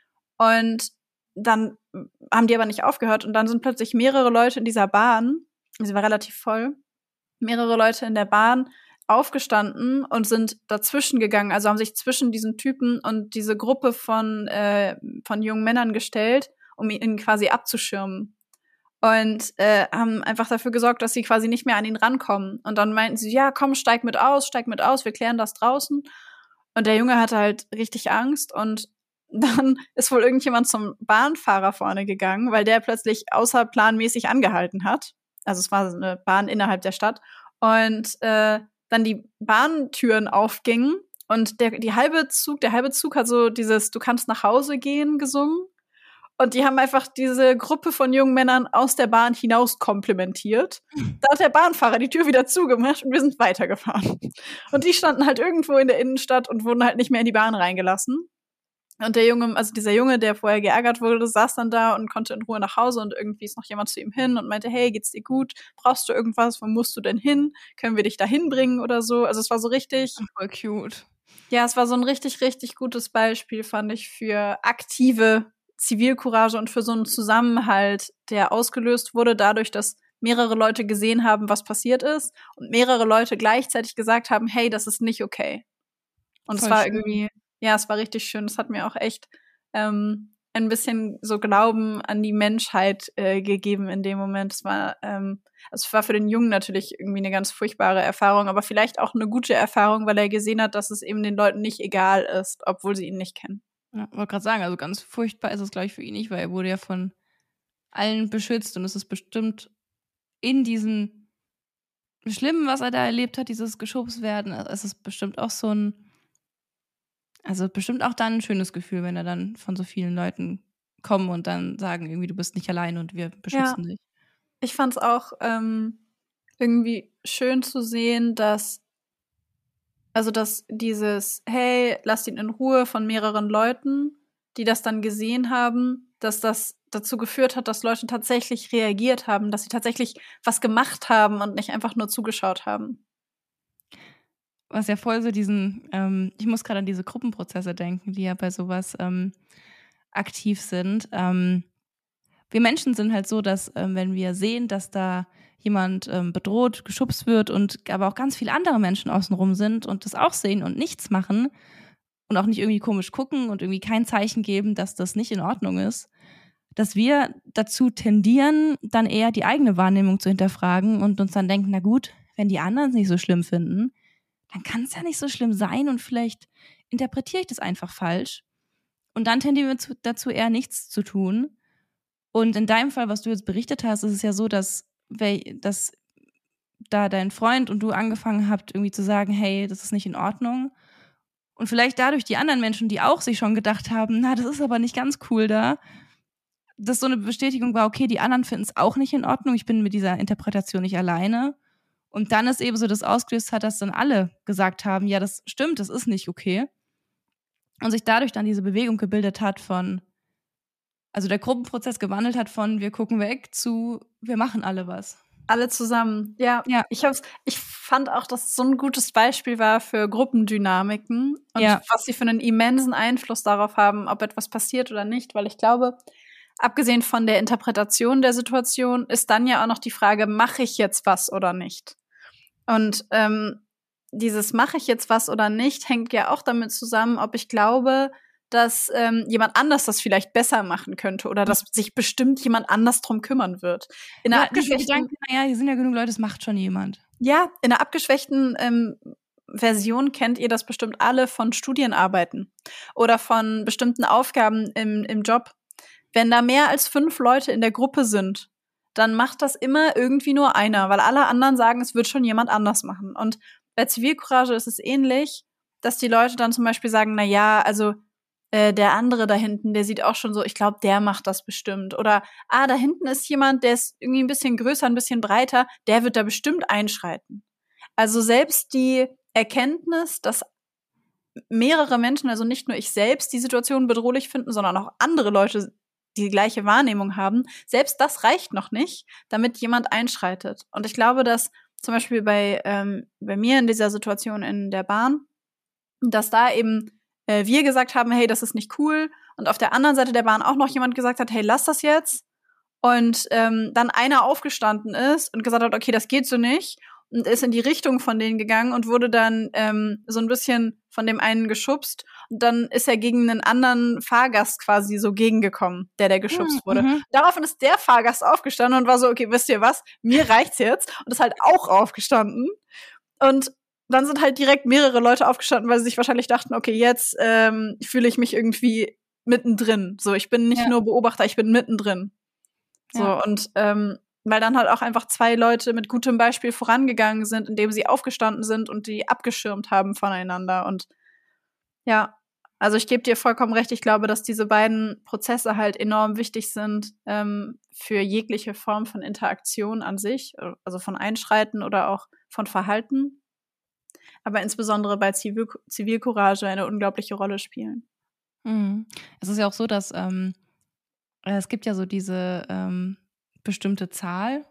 Und dann haben die aber nicht aufgehört. Und dann sind plötzlich mehrere Leute in dieser Bahn, sie war relativ voll, mehrere Leute in der Bahn aufgestanden und sind dazwischen gegangen, also haben sich zwischen diesen Typen und diese Gruppe von jungen Männern gestellt, um ihn quasi abzuschirmen. Und haben einfach dafür gesorgt, dass sie quasi nicht mehr an ihn rankommen. Und dann meinten sie, ja, komm, steig mit aus, wir klären das draußen. Und der Junge hatte halt richtig Angst und dann ist wohl irgendjemand zum Bahnfahrer vorne gegangen, weil der plötzlich außerplanmäßig angehalten hat. Also es war eine Bahn innerhalb der Stadt. Und dann die Bahntüren aufgingen und der halbe Zug hat so dieses Du kannst nach Hause gehen gesungen. Und die haben einfach diese Gruppe von jungen Männern aus der Bahn hinaus komplimentiert. Da hat der Bahnfahrer die Tür wieder zugemacht und wir sind weitergefahren. Und die standen halt irgendwo in der Innenstadt und wurden halt nicht mehr in die Bahn reingelassen. Und dieser Junge, der vorher geärgert wurde, saß dann da und konnte in Ruhe nach Hause und irgendwie ist noch jemand zu ihm hin und meinte, hey, geht's dir gut? Brauchst du irgendwas? Wo musst du denn hin? Können wir dich da hinbringen oder so? Also es war so richtig. Voll cute. Ja, es war so ein richtig, richtig gutes Beispiel, fand ich, für aktive Zivilcourage und für so einen Zusammenhalt, der ausgelöst wurde dadurch, dass mehrere Leute gesehen haben, was passiert ist und mehrere Leute gleichzeitig gesagt haben, hey, das ist nicht okay. Und Voll es war schön. irgendwie, ja, es war richtig schön. Es hat mir auch echt ein bisschen so Glauben an die Menschheit gegeben in dem Moment. Es war für den Jungen natürlich irgendwie eine ganz furchtbare Erfahrung, aber vielleicht auch eine gute Erfahrung, weil er gesehen hat, dass es eben den Leuten nicht egal ist, obwohl sie ihn nicht kennen. Ja, wollte gerade sagen, also ganz furchtbar ist es, glaube ich, für ihn nicht, weil er wurde ja von allen beschützt und es ist bestimmt in diesem Schlimmen, was er da erlebt hat, dieses Geschubswerden, es ist bestimmt auch bestimmt auch dann ein schönes Gefühl, wenn er dann von so vielen Leuten kommen und dann sagen, irgendwie, du bist nicht allein und wir beschützen dich. Ich fand es auch irgendwie schön zu sehen, dass dieses, hey, lasst ihn in Ruhe von mehreren Leuten, die das dann gesehen haben, dass das dazu geführt hat, dass Leute tatsächlich reagiert haben, dass sie tatsächlich was gemacht haben und nicht einfach nur zugeschaut haben. Was ja voll so ich muss gerade an diese Gruppenprozesse denken, die ja bei sowas aktiv sind. Wir Menschen sind halt so, dass wenn wir sehen, dass da jemand bedroht, geschubst wird und aber auch ganz viele andere Menschen außenrum sind und das auch sehen und nichts machen und auch nicht irgendwie komisch gucken und irgendwie kein Zeichen geben, dass das nicht in Ordnung ist, dass wir dazu tendieren, dann eher die eigene Wahrnehmung zu hinterfragen und uns dann denken, na gut, wenn die anderen es nicht so schlimm finden, dann kann es ja nicht so schlimm sein und vielleicht interpretiere ich das einfach falsch. Und dann tendieren wir dazu eher nichts zu tun. Und in deinem Fall, was du jetzt berichtet hast, ist es ja so, dass da dein Freund und du angefangen habt, irgendwie zu sagen, hey, das ist nicht in Ordnung. Und vielleicht dadurch die anderen Menschen, die auch sich schon gedacht haben, na, das ist aber nicht ganz cool da, dass so eine Bestätigung war, okay, die anderen finden es auch nicht in Ordnung, ich bin mit dieser Interpretation nicht alleine. Und dann ist eben so das ausgelöst hat, dass dann alle gesagt haben, ja, das stimmt, das ist nicht okay. Und sich dadurch dann diese Bewegung gebildet hat also der Gruppenprozess gewandelt hat von wir gucken weg zu wir machen alle was. Alle zusammen, ja. Ich fand auch, dass es so ein gutes Beispiel war für Gruppendynamiken und was sie für einen immensen Einfluss darauf haben, ob etwas passiert oder nicht, weil ich glaube, abgesehen von der Interpretation der Situation ist dann ja auch noch die Frage, mache ich jetzt was oder nicht? Und dieses mache ich jetzt was oder nicht hängt ja auch damit zusammen, ob ich glaube, dass jemand anders das vielleicht besser machen könnte oder dass sich bestimmt jemand anders drum kümmern wird. In einer abgeschwächten, hier sind ja genug Leute, das macht schon jemand. Ja, in einer abgeschwächten Version kennt ihr das bestimmt alle von Studienarbeiten oder von bestimmten Aufgaben im Job. Wenn da mehr als 5 Leute in der Gruppe sind, dann macht das immer irgendwie nur einer, weil alle anderen sagen, es wird schon jemand anders machen. Und bei Zivilcourage ist es ähnlich, dass die Leute dann zum Beispiel sagen, na ja, also der andere da hinten, der sieht auch schon so, ich glaube, der macht das bestimmt. Oder, da hinten ist jemand, der ist irgendwie ein bisschen größer, ein bisschen breiter, der wird da bestimmt einschreiten. Also selbst die Erkenntnis, dass mehrere Menschen, also nicht nur ich selbst, die Situation bedrohlich finden, sondern auch andere Leute die gleiche Wahrnehmung haben, selbst das reicht noch nicht, damit jemand einschreitet. Und ich glaube, dass zum Beispiel bei mir in dieser Situation in der Bahn, dass da eben wir gesagt haben, hey, das ist nicht cool. Und auf der anderen Seite der Bahn auch noch jemand gesagt hat, hey, lass das jetzt. Und dann einer aufgestanden ist und gesagt hat, okay, das geht so nicht. Und ist in die Richtung von denen gegangen und wurde dann so ein bisschen von dem einen geschubst. Und dann ist er gegen einen anderen Fahrgast quasi so gegengekommen, der geschubst wurde. Daraufhin ist der Fahrgast aufgestanden und war so, okay, wisst ihr was? Mir reicht's jetzt. Und ist halt auch aufgestanden. Und dann sind halt direkt mehrere Leute aufgestanden, weil sie sich wahrscheinlich dachten, okay, jetzt fühle ich mich irgendwie mittendrin. So, ich bin nicht nur Beobachter, ich bin mittendrin. So, und weil dann halt auch einfach 2 Leute mit gutem Beispiel vorangegangen sind, indem sie aufgestanden sind und die abgeschirmt haben voneinander. Und ja, also ich gebe dir vollkommen recht, ich glaube, dass diese beiden Prozesse halt enorm wichtig sind für jegliche Form von Interaktion an sich, also von Einschreiten oder auch von Verhalten, aber insbesondere bei Zivilcourage eine unglaubliche Rolle spielen. Es ist ja auch so, dass es gibt ja so diese bestimmte Zahl.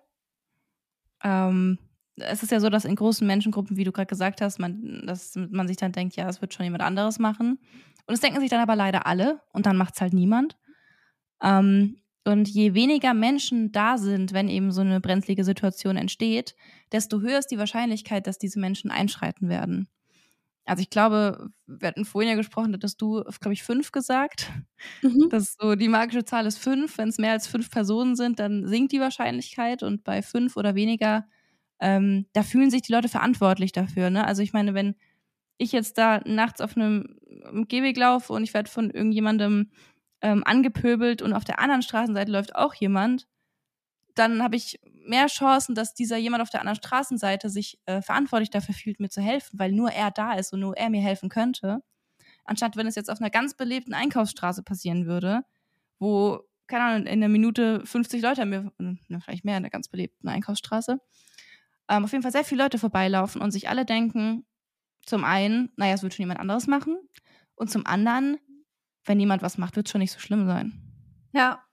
Es ist ja so, dass in großen Menschengruppen, wie du gerade gesagt hast, dass man sich dann denkt, ja, das wird schon jemand anderes machen. Und es denken sich dann aber leider alle und dann macht es halt niemand. Und je weniger Menschen da sind, wenn eben so eine brenzlige Situation entsteht, desto höher ist die Wahrscheinlichkeit, dass diese Menschen einschreiten werden. Also ich glaube, wir hatten vorhin ja gesprochen, hattest du, glaube ich, 5 gesagt. Das so, die magische Zahl ist 5. Wenn es mehr als 5 Personen sind, dann sinkt die Wahrscheinlichkeit. Und bei 5 oder weniger, da fühlen sich die Leute verantwortlich dafür. Ne? Also ich meine, wenn ich jetzt da nachts auf einem Gehweg laufe und ich werde von irgendjemandem angepöbelt und auf der anderen Straßenseite läuft auch jemand, dann habe ich mehr Chancen, dass dieser jemand auf der anderen Straßenseite sich verantwortlich dafür fühlt, mir zu helfen, weil nur er da ist und nur er mir helfen könnte. Anstatt wenn es jetzt auf einer ganz belebten Einkaufsstraße passieren würde, wo, keine Ahnung, in einer Minute 50 Leute an mir, vielleicht mehr in der ganz belebten Einkaufsstraße, auf jeden Fall sehr viele Leute vorbeilaufen und sich alle denken, zum einen, naja, es wird schon jemand anderes machen und zum anderen, wenn jemand was macht, wird es schon nicht so schlimm sein. Ja.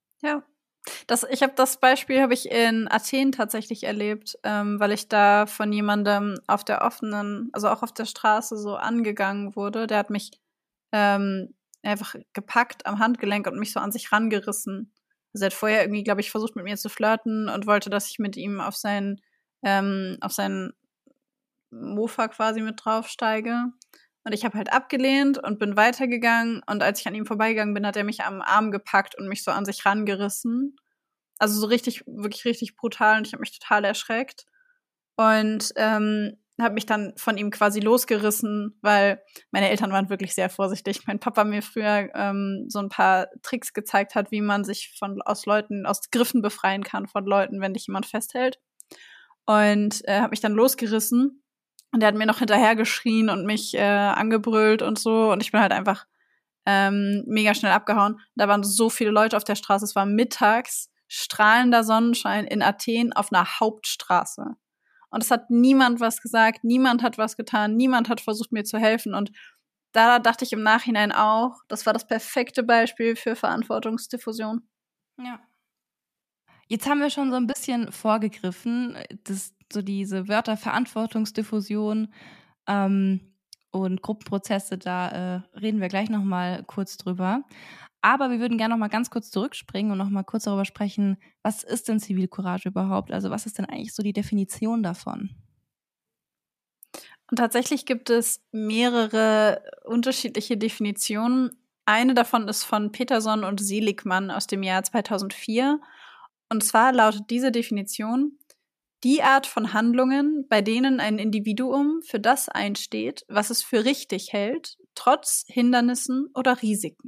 Das Beispiel habe ich in Athen tatsächlich erlebt, weil ich da von jemandem auf der offenen, also auch auf der Straße so angegangen wurde. Der hat mich einfach gepackt am Handgelenk und mich so an sich rangerissen. Also er hat vorher irgendwie, glaube ich, versucht mit mir zu flirten und wollte, dass ich mit ihm auf seinen Mofa quasi mit draufsteige. Und ich habe halt abgelehnt und bin weitergegangen. Und als ich an ihm vorbeigegangen bin, hat er mich am Arm gepackt und mich so an sich rangerissen. Also so richtig, wirklich richtig brutal. Und ich habe mich total erschreckt. Und habe mich dann von ihm quasi losgerissen, weil meine Eltern waren wirklich sehr vorsichtig. Mein Papa mir früher so ein paar Tricks gezeigt hat, wie man sich aus Griffen befreien kann von Leuten, wenn dich jemand festhält. Und habe mich dann losgerissen. Und der hat mir noch hinterher geschrien und mich angebrüllt und so. Und ich bin halt einfach mega schnell abgehauen. Da waren so viele Leute auf der Straße. Es war mittags, strahlender Sonnenschein in Athen auf einer Hauptstraße. Und es hat niemand was gesagt, niemand hat was getan, niemand hat versucht, mir zu helfen. Und da dachte ich im Nachhinein auch, das war das perfekte Beispiel für Verantwortungsdiffusion. Ja. Jetzt haben wir schon so ein bisschen vorgegriffen, so diese Wörter Verantwortungsdiffusion und Gruppenprozesse, da reden wir gleich noch mal kurz drüber. Aber wir würden gerne noch mal ganz kurz zurückspringen und noch mal kurz darüber sprechen, was ist denn Zivilcourage überhaupt? Also was ist denn eigentlich so die Definition davon? Und tatsächlich gibt es mehrere unterschiedliche Definitionen. Eine davon ist von Peterson und Seligmann aus dem Jahr 2004. Und zwar lautet diese Definition: die Art von Handlungen, bei denen ein Individuum für das einsteht, was es für richtig hält, trotz Hindernissen oder Risiken.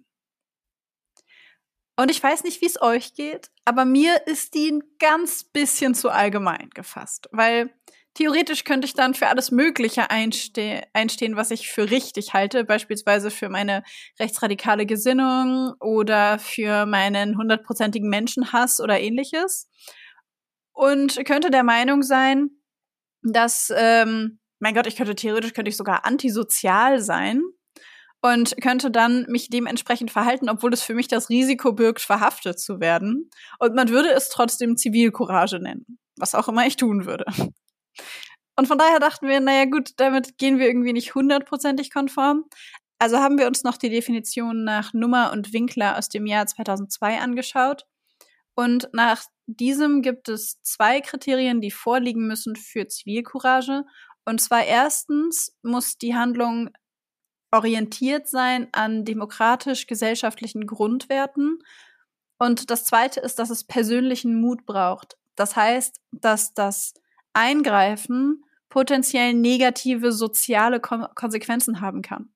Und ich weiß nicht, wie es euch geht, aber mir ist die ein ganz bisschen zu allgemein gefasst, weil theoretisch könnte ich dann für alles Mögliche einstehen, was ich für richtig halte, beispielsweise für meine rechtsradikale Gesinnung oder für meinen 100%igen Menschenhass oder ähnliches. Und könnte der Meinung sein, dass, mein Gott, theoretisch könnte ich sogar antisozial sein und könnte dann mich dementsprechend verhalten, obwohl es für mich das Risiko birgt, verhaftet zu werden. Und man würde es trotzdem Zivilcourage nennen, was auch immer ich tun würde. Und von daher dachten wir, naja gut, damit gehen wir irgendwie nicht 100%ig konform. Also haben wir uns noch die Definition nach Nummer und Winkler aus dem Jahr 2002 angeschaut. Und nach diesem gibt es 2 Kriterien, die vorliegen müssen für Zivilcourage. Und zwar erstens muss die Handlung orientiert sein an demokratisch-gesellschaftlichen Grundwerten. Und das Zweite ist, dass es persönlichen Mut braucht. Das heißt, dass das Eingreifen potenziell negative soziale Konsequenzen haben kann.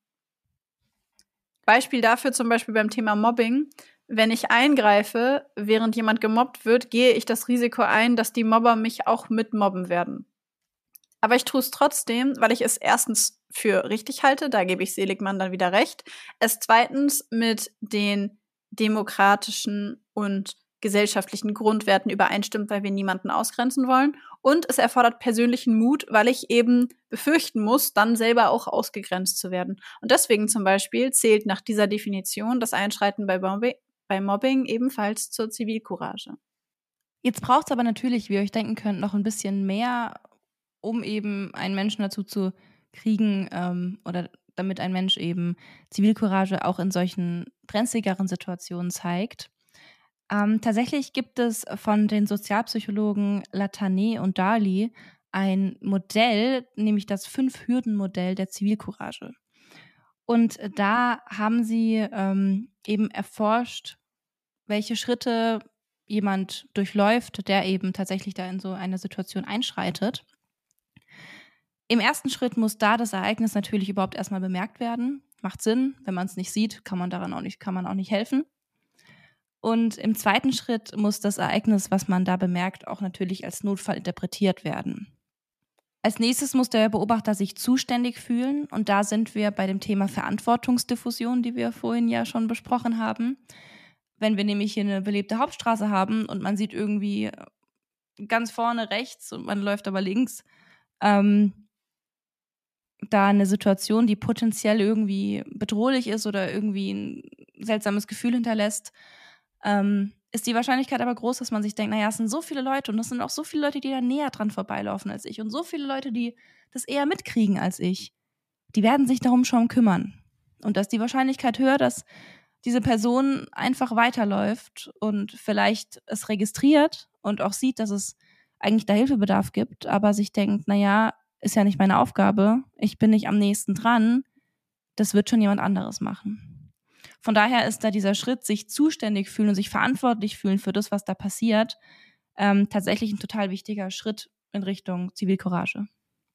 Beispiel dafür zum Beispiel beim Thema Mobbing. Wenn ich eingreife, während jemand gemobbt wird, gehe ich das Risiko ein, dass die Mobber mich auch mitmobben werden. Aber ich tue es trotzdem, weil ich es erstens für richtig halte, da gebe ich Seligmann dann wieder recht, es zweitens mit den demokratischen und gesellschaftlichen Grundwerten übereinstimmt, weil wir niemanden ausgrenzen wollen. Und es erfordert persönlichen Mut, weil ich eben befürchten muss, dann selber auch ausgegrenzt zu werden. Und deswegen zum Beispiel zählt nach dieser Definition das Einschreiten bei Mobbing ebenfalls zur Zivilcourage. Jetzt braucht es aber natürlich, wie ihr euch denken könnt, noch ein bisschen mehr, um eben einen Menschen dazu zu kriegen oder damit ein Mensch eben Zivilcourage auch in solchen brenzligeren Situationen zeigt. Tatsächlich gibt es von den Sozialpsychologen Latané und Dali ein Modell, nämlich das 5-Hürden-Modell der Zivilcourage. Und da haben sie eben erforscht, welche Schritte jemand durchläuft, der eben tatsächlich da in so eine Situation einschreitet. Im ersten Schritt muss da das Ereignis natürlich überhaupt erstmal bemerkt werden. Macht Sinn, wenn man es nicht sieht, kann man auch nicht helfen. Und im zweiten Schritt muss das Ereignis, was man da bemerkt, auch natürlich als Notfall interpretiert werden. Als nächstes muss der Beobachter sich zuständig fühlen. Und da sind wir bei dem Thema Verantwortungsdiffusion, die wir vorhin ja schon besprochen haben. Wenn wir nämlich hier eine belebte Hauptstraße haben und man sieht irgendwie ganz vorne rechts und man läuft aber links, da eine Situation, die potenziell irgendwie bedrohlich ist oder irgendwie ein seltsames Gefühl hinterlässt, ist die Wahrscheinlichkeit aber groß, dass man sich denkt, naja, es sind so viele Leute und es sind auch so viele Leute, die da näher dran vorbeilaufen als ich und so viele Leute, die das eher mitkriegen als ich. Die werden sich darum schon kümmern. Und dass die Wahrscheinlichkeit höher, dass diese Person einfach weiterläuft und vielleicht es registriert und auch sieht, dass es eigentlich da Hilfebedarf gibt, aber sich denkt, naja, ist ja nicht meine Aufgabe, ich bin nicht am nächsten dran, das wird schon jemand anderes machen. Von daher ist da dieser Schritt, sich zuständig fühlen und sich verantwortlich fühlen für das, was da passiert, tatsächlich ein total wichtiger Schritt in Richtung Zivilcourage.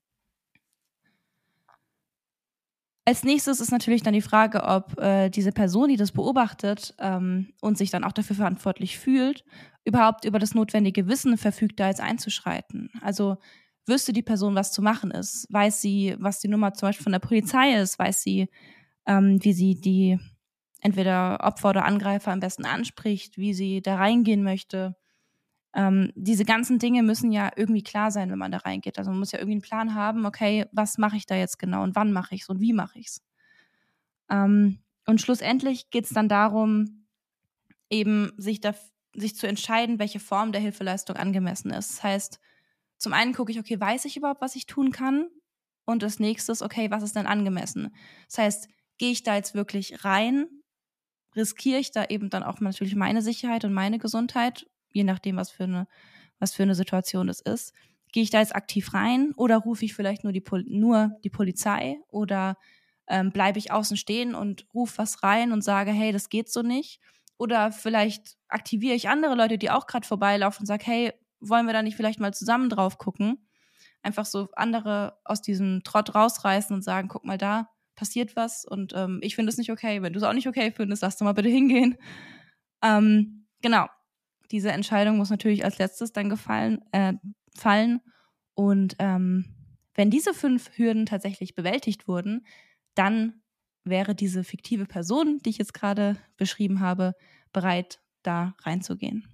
Als nächstes ist natürlich dann die Frage, ob diese Person, die das beobachtet und sich dann auch dafür verantwortlich fühlt, überhaupt über das notwendige Wissen verfügt, da jetzt einzuschreiten. Also wüsste die Person, was zu machen ist? Weiß sie, was die Nummer zum Beispiel von der Polizei ist? Weiß sie, wie sie die entweder Opfer oder Angreifer am besten anspricht, wie sie da reingehen möchte? Diese ganzen Dinge müssen ja irgendwie klar sein, wenn man da reingeht. Also man muss ja irgendwie einen Plan haben, okay, was mache ich da jetzt genau und wann mache ich es und wie mache ich es? Und schlussendlich geht es dann darum, eben sich zu entscheiden, welche Form der Hilfeleistung angemessen ist. Das heißt, zum einen gucke ich, okay, weiß ich überhaupt, was ich tun kann? Und das nächste ist, okay, was ist denn angemessen? Das heißt, gehe ich da jetzt wirklich rein? Riskiere ich da eben dann auch natürlich meine Sicherheit und meine Gesundheit, je nachdem, was für eine Situation es ist. Gehe ich da jetzt aktiv rein oder rufe ich vielleicht nur die Polizei oder bleibe ich außen stehen und rufe was rein und sage, hey, das geht so nicht. Oder vielleicht aktiviere ich andere Leute, die auch gerade vorbeilaufen und sage, hey, wollen wir da nicht vielleicht mal zusammen drauf gucken? Einfach so andere aus diesem Trott rausreißen und sagen, guck mal, da passiert was und ich finde es nicht okay. Wenn du es auch nicht okay findest, lass doch mal bitte hingehen. Genau. Diese Entscheidung muss natürlich als letztes dann fallen. Und wenn diese 5 Hürden tatsächlich bewältigt wurden, dann wäre diese fiktive Person, die ich jetzt gerade beschrieben habe, bereit, da reinzugehen.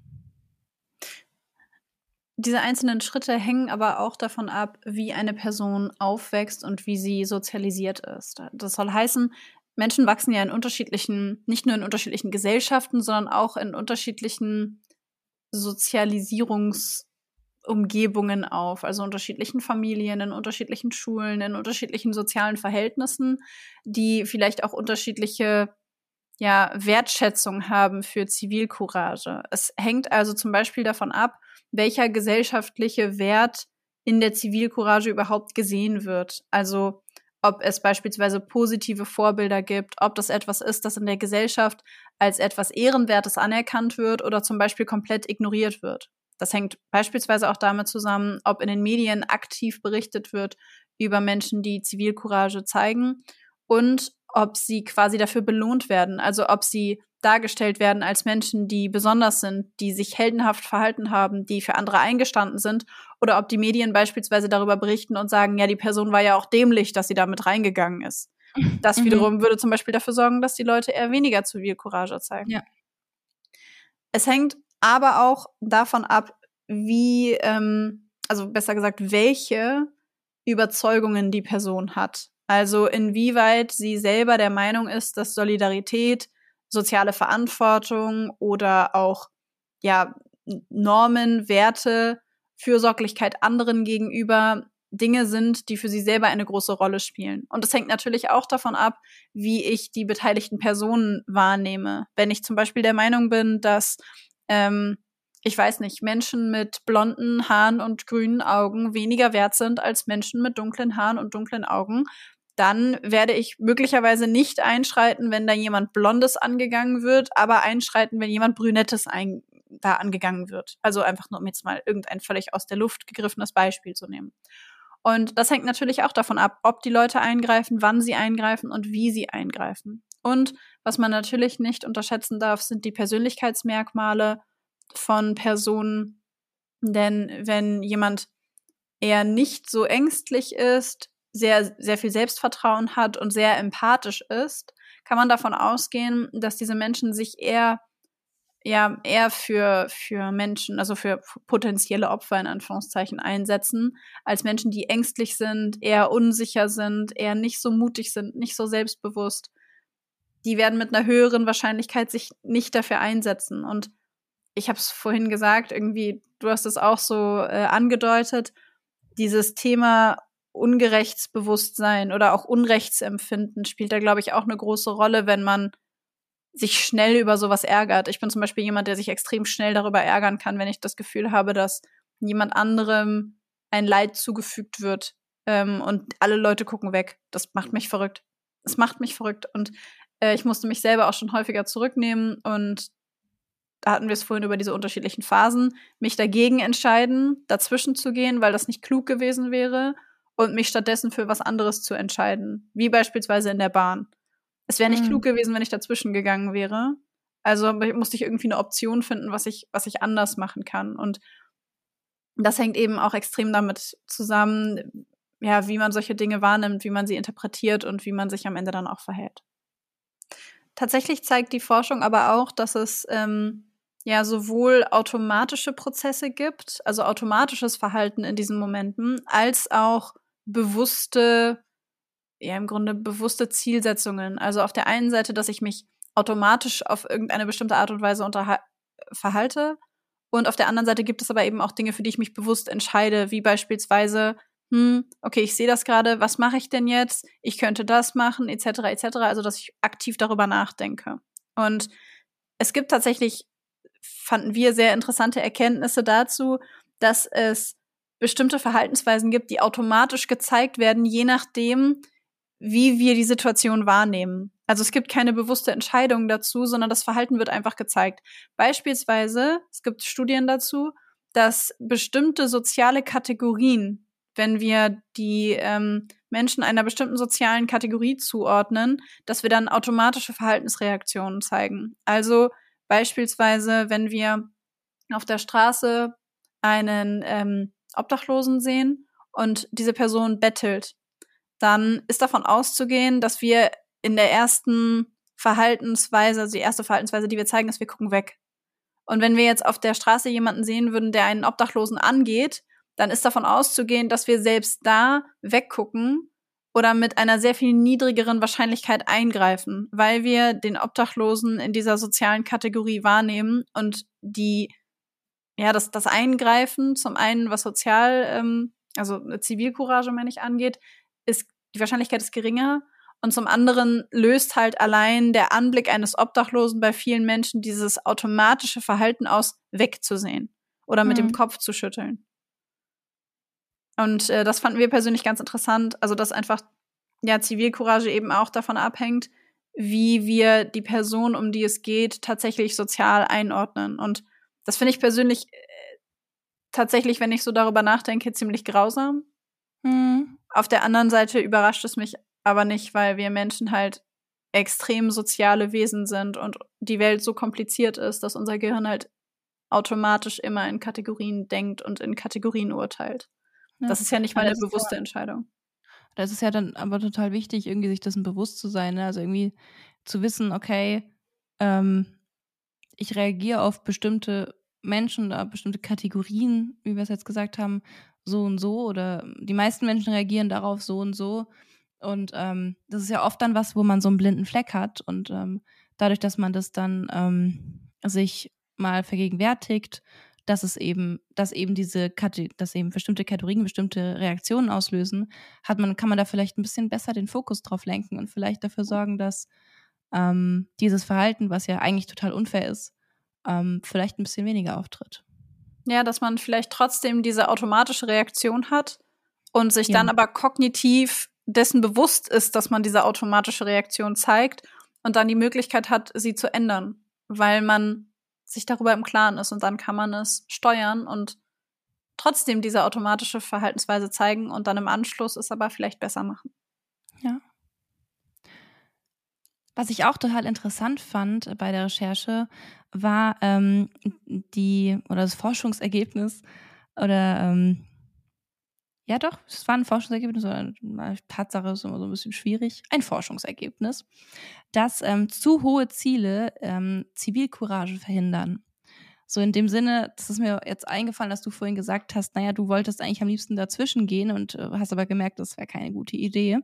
Diese einzelnen Schritte hängen aber auch davon ab, wie eine Person aufwächst und wie sie sozialisiert ist. Das soll heißen, Menschen wachsen ja nicht nur in unterschiedlichen Gesellschaften, sondern auch in unterschiedlichen Sozialisierungsumgebungen auf, also unterschiedlichen Familien, in unterschiedlichen Schulen, in unterschiedlichen sozialen Verhältnissen, die vielleicht auch unterschiedliche Wertschätzung haben für Zivilcourage. Es hängt also zum Beispiel davon ab, welcher gesellschaftliche Wert in der Zivilcourage überhaupt gesehen wird. Also ob es beispielsweise positive Vorbilder gibt, ob das etwas ist, das in der Gesellschaft als etwas Ehrenwertes anerkannt wird oder zum Beispiel komplett ignoriert wird. Das hängt beispielsweise auch damit zusammen, ob in den Medien aktiv berichtet wird über Menschen, die Zivilcourage zeigen und ob sie quasi dafür belohnt werden, also ob sie dargestellt werden als Menschen, die besonders sind, die sich heldenhaft verhalten haben, die für andere eingestanden sind, oder ob die Medien beispielsweise darüber berichten und sagen, ja, die Person war ja auch dämlich, dass sie damit reingegangen ist. Das wiederum würde zum Beispiel dafür sorgen, dass die Leute eher weniger Zivilcourage zeigen. Ja. Es hängt aber auch davon ab, wie, also besser gesagt, welche Überzeugungen die Person hat. Also inwieweit sie selber der Meinung ist, dass Solidarität, soziale Verantwortung oder auch Normen, Werte, Fürsorglichkeit anderen gegenüber Dinge sind, die für sie selber eine große Rolle spielen. Und es hängt natürlich auch davon ab, wie ich die beteiligten Personen wahrnehme. Wenn ich zum Beispiel der Meinung bin, dass ich weiß nicht, Menschen mit blonden Haaren und grünen Augen weniger wert sind als Menschen mit dunklen Haaren und dunklen Augen, dann werde ich möglicherweise nicht einschreiten, wenn da jemand Blondes angegangen wird, aber einschreiten, wenn jemand Brünettes da angegangen wird. Also einfach nur, um jetzt mal irgendein völlig aus der Luft gegriffenes Beispiel zu nehmen. Und das hängt natürlich auch davon ab, ob die Leute eingreifen, wann sie eingreifen und wie sie eingreifen. Und was man natürlich nicht unterschätzen darf, sind die Persönlichkeitsmerkmale von Personen. Denn wenn jemand eher nicht so ängstlich ist, sehr, sehr viel Selbstvertrauen hat und sehr empathisch ist, kann man davon ausgehen, dass diese Menschen sich eher für Menschen, also für potenzielle Opfer in Anführungszeichen einsetzen, als Menschen, die ängstlich sind, eher unsicher sind, eher nicht so mutig sind, nicht so selbstbewusst. Die werden mit einer höheren Wahrscheinlichkeit sich nicht dafür einsetzen. Und ich habe es vorhin gesagt, irgendwie, du hast es auch so angedeutet, dieses Thema Ungerechtsbewusstsein oder auch Unrechtsempfinden spielt da, glaube ich, auch eine große Rolle, wenn man sich schnell über sowas ärgert. Ich bin zum Beispiel jemand, der sich extrem schnell darüber ärgern kann, wenn ich das Gefühl habe, dass jemand anderem ein Leid zugefügt wird und alle Leute gucken weg. Das macht mich verrückt. Es macht mich verrückt. Und ich musste mich selber auch schon häufiger zurücknehmen und da hatten wir es vorhin über diese unterschiedlichen Phasen, mich dagegen entscheiden, dazwischen zu gehen, weil das nicht klug gewesen wäre und mich stattdessen für was anderes zu entscheiden, wie beispielsweise in der Bahn. Es wäre nicht klug gewesen, wenn ich dazwischen gegangen wäre. Also musste ich irgendwie eine Option finden, was ich anders machen kann. Und das hängt eben auch extrem damit zusammen, ja, wie man solche Dinge wahrnimmt, wie man sie interpretiert und wie man sich am Ende dann auch verhält. Tatsächlich zeigt die Forschung aber auch, dass es sowohl automatische Prozesse gibt, also automatisches Verhalten in diesen Momenten, als auch bewusste Zielsetzungen. Also auf der einen Seite, dass ich mich automatisch auf irgendeine bestimmte Art und Weise verhalte. Und auf der anderen Seite gibt es aber eben auch Dinge, für die ich mich bewusst entscheide, wie beispielsweise, okay, ich sehe das gerade, was mache ich denn jetzt? Ich könnte das machen, etc., etc., also dass ich aktiv darüber nachdenke. Und es gibt tatsächlich, fanden wir, sehr interessante Erkenntnisse dazu, dass es bestimmte Verhaltensweisen gibt, die automatisch gezeigt werden, je nachdem, wie wir die Situation wahrnehmen. Also es gibt keine bewusste Entscheidung dazu, sondern das Verhalten wird einfach gezeigt. Beispielsweise, es gibt Studien dazu, dass bestimmte soziale Kategorien, wenn wir die Menschen einer bestimmten sozialen Kategorie zuordnen, dass wir dann automatische Verhaltensreaktionen zeigen. Also beispielsweise, wenn wir auf der Straße einen Obdachlosen sehen und diese Person bettelt, dann ist davon auszugehen, dass wir in der ersten Verhaltensweise, also die erste Verhaltensweise, die wir zeigen, ist, wir gucken weg. Und wenn wir jetzt auf der Straße jemanden sehen würden, der einen Obdachlosen angeht, dann ist davon auszugehen, dass wir selbst da weggucken oder mit einer sehr viel niedrigeren Wahrscheinlichkeit eingreifen, weil wir den Obdachlosen in dieser sozialen Kategorie wahrnehmen und das Eingreifen, zum einen, was also Zivilcourage, meine ich, angeht, die Wahrscheinlichkeit ist geringer. Und zum anderen löst halt allein der Anblick eines Obdachlosen bei vielen Menschen dieses automatische Verhalten aus, wegzusehen oder mit dem Kopf zu schütteln. Und das fanden wir persönlich ganz interessant. Also, dass einfach Zivilcourage eben auch davon abhängt, wie wir die Person, um die es geht, tatsächlich sozial einordnen. Und das finde ich persönlich tatsächlich, wenn ich so darüber nachdenke, ziemlich grausam. Auf der anderen Seite überrascht es mich aber nicht, weil wir Menschen halt extrem soziale Wesen sind und die Welt so kompliziert ist, dass unser Gehirn halt automatisch immer in Kategorien denkt und in Kategorien urteilt. Ja. Das ist ja nicht mal eine bewusste Entscheidung. Das ist ja dann aber total wichtig, irgendwie sich dessen bewusst zu sein, ne? Also irgendwie zu wissen, okay, ich reagiere auf bestimmte Menschen oder bestimmte Kategorien, wie wir es jetzt gesagt haben, so und so, oder die meisten Menschen reagieren darauf so und so. Und das ist ja oft dann was, wo man so einen blinden Fleck hat. Und dadurch, dass man das dann sich mal vergegenwärtigt, dass eben bestimmte Kategorien bestimmte Reaktionen auslösen, kann man da vielleicht ein bisschen besser den Fokus drauf lenken und vielleicht dafür sorgen, dass dieses Verhalten, was ja eigentlich total unfair ist, vielleicht ein bisschen weniger auftritt. Ja, dass man vielleicht trotzdem diese automatische Reaktion hat und sich dann aber kognitiv dessen bewusst ist, dass man diese automatische Reaktion zeigt und dann die Möglichkeit hat, sie zu ändern, weil man sich darüber im Klaren ist und dann kann man es steuern und trotzdem diese automatische Verhaltensweise zeigen und dann im Anschluss es aber vielleicht besser machen. Ja. Was ich auch total interessant fand bei der Recherche, war das Forschungsergebnis oder ja doch, es war ein Forschungsergebnis, oder Tatsache ist immer so ein bisschen schwierig, ein Forschungsergebnis, dass zu hohe Ziele Zivilcourage verhindern. So in dem Sinne, das ist mir jetzt eingefallen, dass du vorhin gesagt hast, naja, du wolltest eigentlich am liebsten dazwischen gehen und hast aber gemerkt, das wäre keine gute Idee.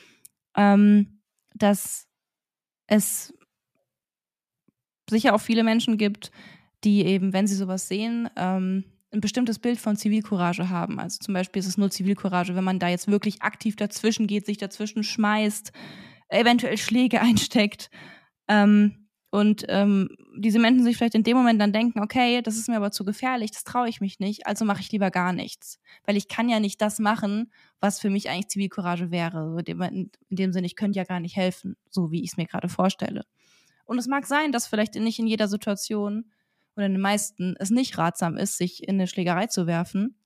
Dass es sicher auch viele Menschen gibt, die eben, wenn sie sowas sehen, ein bestimmtes Bild von Zivilcourage haben. Also zum Beispiel ist es nur Zivilcourage, wenn man da jetzt wirklich aktiv dazwischen geht, sich dazwischen schmeißt, eventuell Schläge einsteckt. Und diese Menschen sich vielleicht in dem Moment dann denken, okay, das ist mir aber zu gefährlich, das traue ich mich nicht, also mache ich lieber gar nichts. Weil ich kann ja nicht das machen, was für mich eigentlich Zivilcourage wäre. In dem Sinne, ich könnte ja gar nicht helfen, so wie ich es mir gerade vorstelle. Und es mag sein, dass vielleicht nicht in jeder Situation oder in den meisten es nicht ratsam ist, sich in eine Schlägerei zu werfen.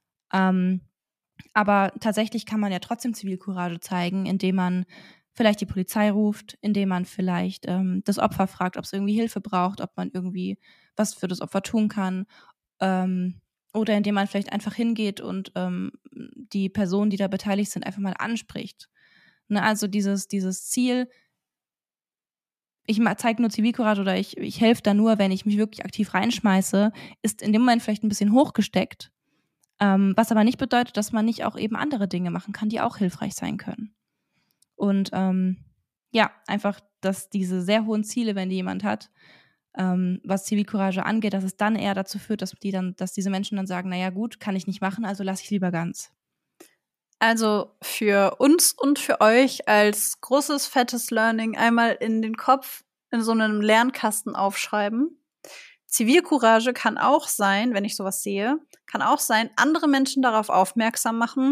Aber tatsächlich kann man ja trotzdem Zivilcourage zeigen, indem man vielleicht die Polizei ruft, indem man vielleicht das Opfer fragt, ob es irgendwie Hilfe braucht, ob man irgendwie was für das Opfer tun kann. Oder indem man vielleicht einfach hingeht und die Personen, die da beteiligt sind, einfach mal anspricht. Ne, also dieses Ziel, ich zeige nur Zivilcourage oder ich helfe da nur, wenn ich mich wirklich aktiv reinschmeiße, ist in dem Moment vielleicht ein bisschen hochgesteckt. Was aber nicht bedeutet, dass man nicht auch eben andere Dinge machen kann, die auch hilfreich sein können. Und einfach, dass diese sehr hohen Ziele, wenn die jemand hat, was Zivilcourage angeht, dass es dann eher dazu führt, dass diese Menschen dann sagen, naja gut, kann ich nicht machen, also lasse ich lieber ganz. Also für uns und für euch als großes, fettes Learning einmal in den Kopf in so einem Lernkasten aufschreiben. Zivilcourage kann auch sein, wenn ich sowas sehe, kann auch sein, andere Menschen darauf aufmerksam machen,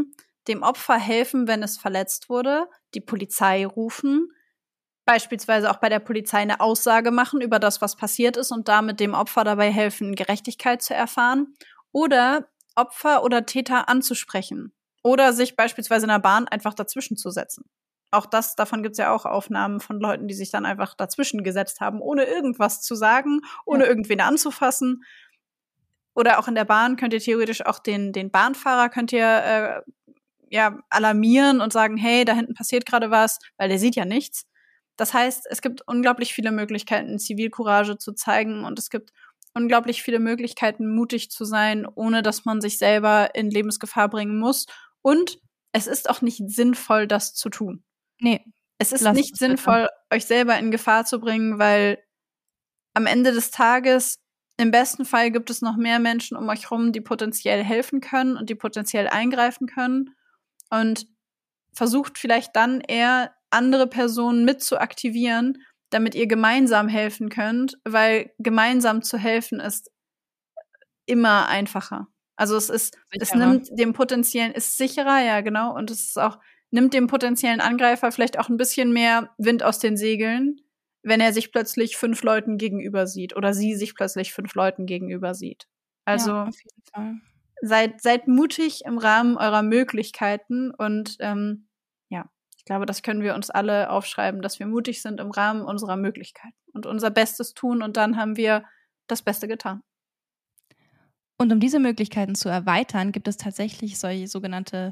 dem Opfer helfen, wenn es verletzt wurde, die Polizei rufen, beispielsweise auch bei der Polizei eine Aussage machen über das, was passiert ist und damit dem Opfer dabei helfen, Gerechtigkeit zu erfahren oder Opfer oder Täter anzusprechen oder sich beispielsweise in der Bahn einfach dazwischen zu setzen. Auch davon gibt's ja auch Aufnahmen von Leuten, die sich dann einfach dazwischen gesetzt haben, ohne irgendwas zu sagen, ohne irgendwen anzufassen. Oder auch in der Bahn könnt ihr theoretisch auch den Bahnfahrer könnt ihr alarmieren und sagen, hey, da hinten passiert gerade was, weil der sieht ja nichts. Das heißt, es gibt unglaublich viele Möglichkeiten, Zivilcourage zu zeigen und es gibt unglaublich viele Möglichkeiten, mutig zu sein, ohne dass man sich selber in Lebensgefahr bringen muss. Und es ist auch nicht sinnvoll, das zu tun. Nee. Es ist nicht sinnvoll, euch selber in Gefahr zu bringen, weil am Ende des Tages im besten Fall gibt es noch mehr Menschen um euch herum, die potenziell helfen können und die potenziell eingreifen können. Und versucht vielleicht dann eher andere Personen mit zu aktivieren, damit ihr gemeinsam helfen könnt, weil gemeinsam zu helfen ist immer einfacher. Also es nimmt dem potenziellen, ist sicherer, ja genau, und es ist auch, nimmt dem potenziellen Angreifer vielleicht auch ein bisschen mehr Wind aus den Segeln, wenn er sich plötzlich 5 Leuten gegenüber sieht oder sie sich plötzlich 5 Leuten gegenüber sieht. Also ja, auf jeden Fall. Seid mutig im Rahmen eurer Möglichkeiten und ich glaube, das können wir uns alle aufschreiben, dass wir mutig sind im Rahmen unserer Möglichkeiten und unser Bestes tun und dann haben wir das Beste getan. Und um diese Möglichkeiten zu erweitern, gibt es tatsächlich solche sogenannte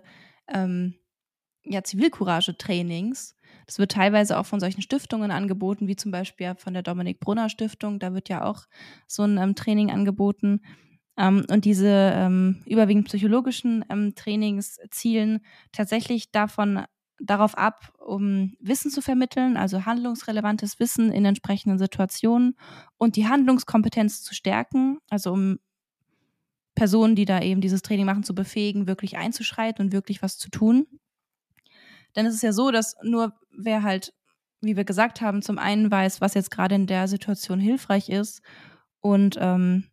Zivilcourage-Trainings. Das wird teilweise auch von solchen Stiftungen angeboten, wie zum Beispiel von der Dominik-Brunner-Stiftung. Da wird ja auch so ein Training angeboten. Und diese überwiegend psychologischen Trainings zielen tatsächlich darauf ab, um Wissen zu vermitteln, also handlungsrelevantes Wissen in entsprechenden Situationen und die Handlungskompetenz zu stärken, also um Personen, die da eben dieses Training machen, zu befähigen, wirklich einzuschreiten und wirklich was zu tun. Denn es ist ja so, dass nur wer halt, wie wir gesagt haben, zum einen weiß, was jetzt gerade in der Situation hilfreich ist und und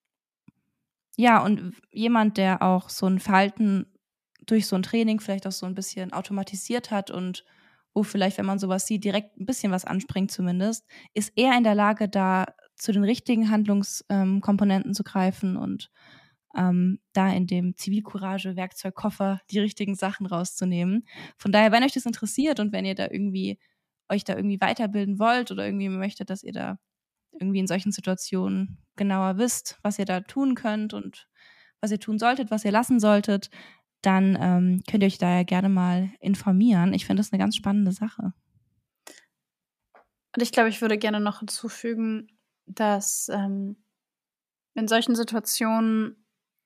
jemand, der auch so ein Verhalten durch so ein Training vielleicht auch so ein bisschen automatisiert hat und wo vielleicht, wenn man sowas sieht, direkt ein bisschen was anspringt zumindest, ist eher in der Lage, da zu den richtigen Handlungskomponenten zu greifen und da in dem Zivilcourage-Werkzeugkoffer die richtigen Sachen rauszunehmen. Von daher, wenn euch das interessiert und wenn ihr da euch da irgendwie weiterbilden wollt oder irgendwie möchtet, dass ihr da irgendwie in solchen Situationen genauer wisst, was ihr da tun könnt und was ihr tun solltet, was ihr lassen solltet, dann könnt ihr euch da ja gerne mal informieren. Ich finde das eine ganz spannende Sache. Und ich glaube, ich würde gerne noch hinzufügen, dass in solchen Situationen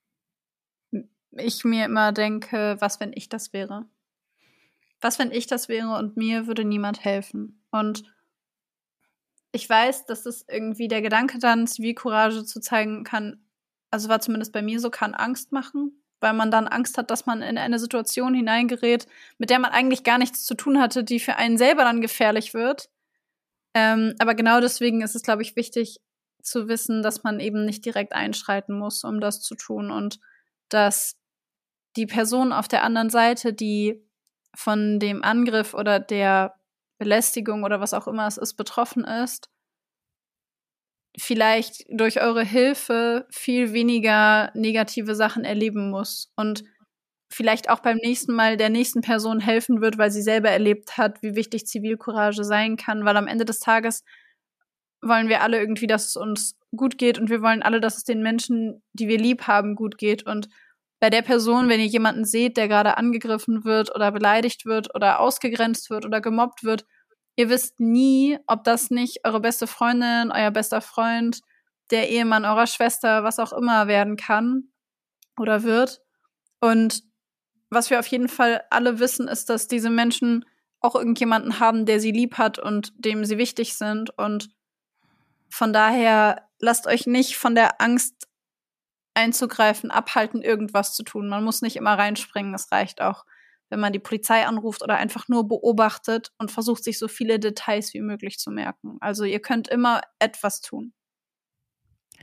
ich mir immer denke, was, wenn ich das wäre? Was, wenn ich das wäre und mir würde niemand helfen? Und ich weiß, dass das irgendwie der Gedanke dann, Zivilcourage zu zeigen kann, also war zumindest bei mir so, kann Angst machen, weil man dann Angst hat, dass man in eine Situation hineingerät, mit der man eigentlich gar nichts zu tun hatte, die für einen selber dann gefährlich wird. Aber genau deswegen ist es, glaube ich, wichtig zu wissen, dass man eben nicht direkt einschreiten muss, um das zu tun und dass die Person auf der anderen Seite, die von dem Angriff oder der Belästigung oder was auch immer es ist, betroffen ist, vielleicht durch eure Hilfe viel weniger negative Sachen erleben muss und vielleicht auch beim nächsten Mal der nächsten Person helfen wird, weil sie selber erlebt hat, wie wichtig Zivilcourage sein kann, weil am Ende des Tages wollen wir alle irgendwie, dass es uns gut geht und wir wollen alle, dass es den Menschen, die wir lieb haben, gut geht und bei der Person, wenn ihr jemanden seht, der gerade angegriffen wird oder beleidigt wird oder ausgegrenzt wird oder gemobbt wird, ihr wisst nie, ob das nicht eure beste Freundin, euer bester Freund, der Ehemann eurer Schwester, was auch immer werden kann oder wird. Und was wir auf jeden Fall alle wissen, ist, dass diese Menschen auch irgendjemanden haben, der sie lieb hat und dem sie wichtig sind. Und von daher lasst euch nicht von der Angst einzugreifen, abhalten, irgendwas zu tun. Man muss nicht immer reinspringen. Es reicht auch, wenn man die Polizei anruft oder einfach nur beobachtet und versucht, sich so viele Details wie möglich zu merken. Also ihr könnt immer etwas tun.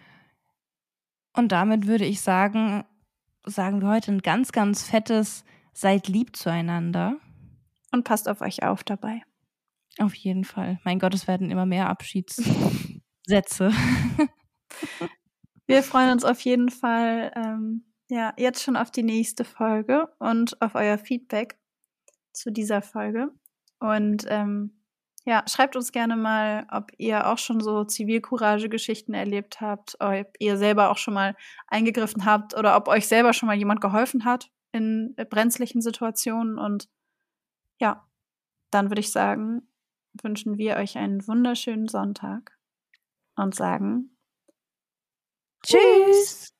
Und damit würde ich sagen wir heute ein ganz, ganz fettes Seid lieb zueinander. Und passt auf euch auf dabei. Auf jeden Fall. Mein Gott, es werden immer mehr Abschiedssätze. Wir freuen uns auf jeden Fall jetzt schon auf die nächste Folge und auf euer Feedback zu dieser Folge. Und schreibt uns gerne mal, ob ihr auch schon so Zivilcourage-Geschichten erlebt habt, ob ihr selber auch schon mal eingegriffen habt oder ob euch selber schon mal jemand geholfen hat in brenzlichen Situationen. Und ja, dann würde ich sagen, wünschen wir euch einen wunderschönen Sonntag und sagen Tschüss!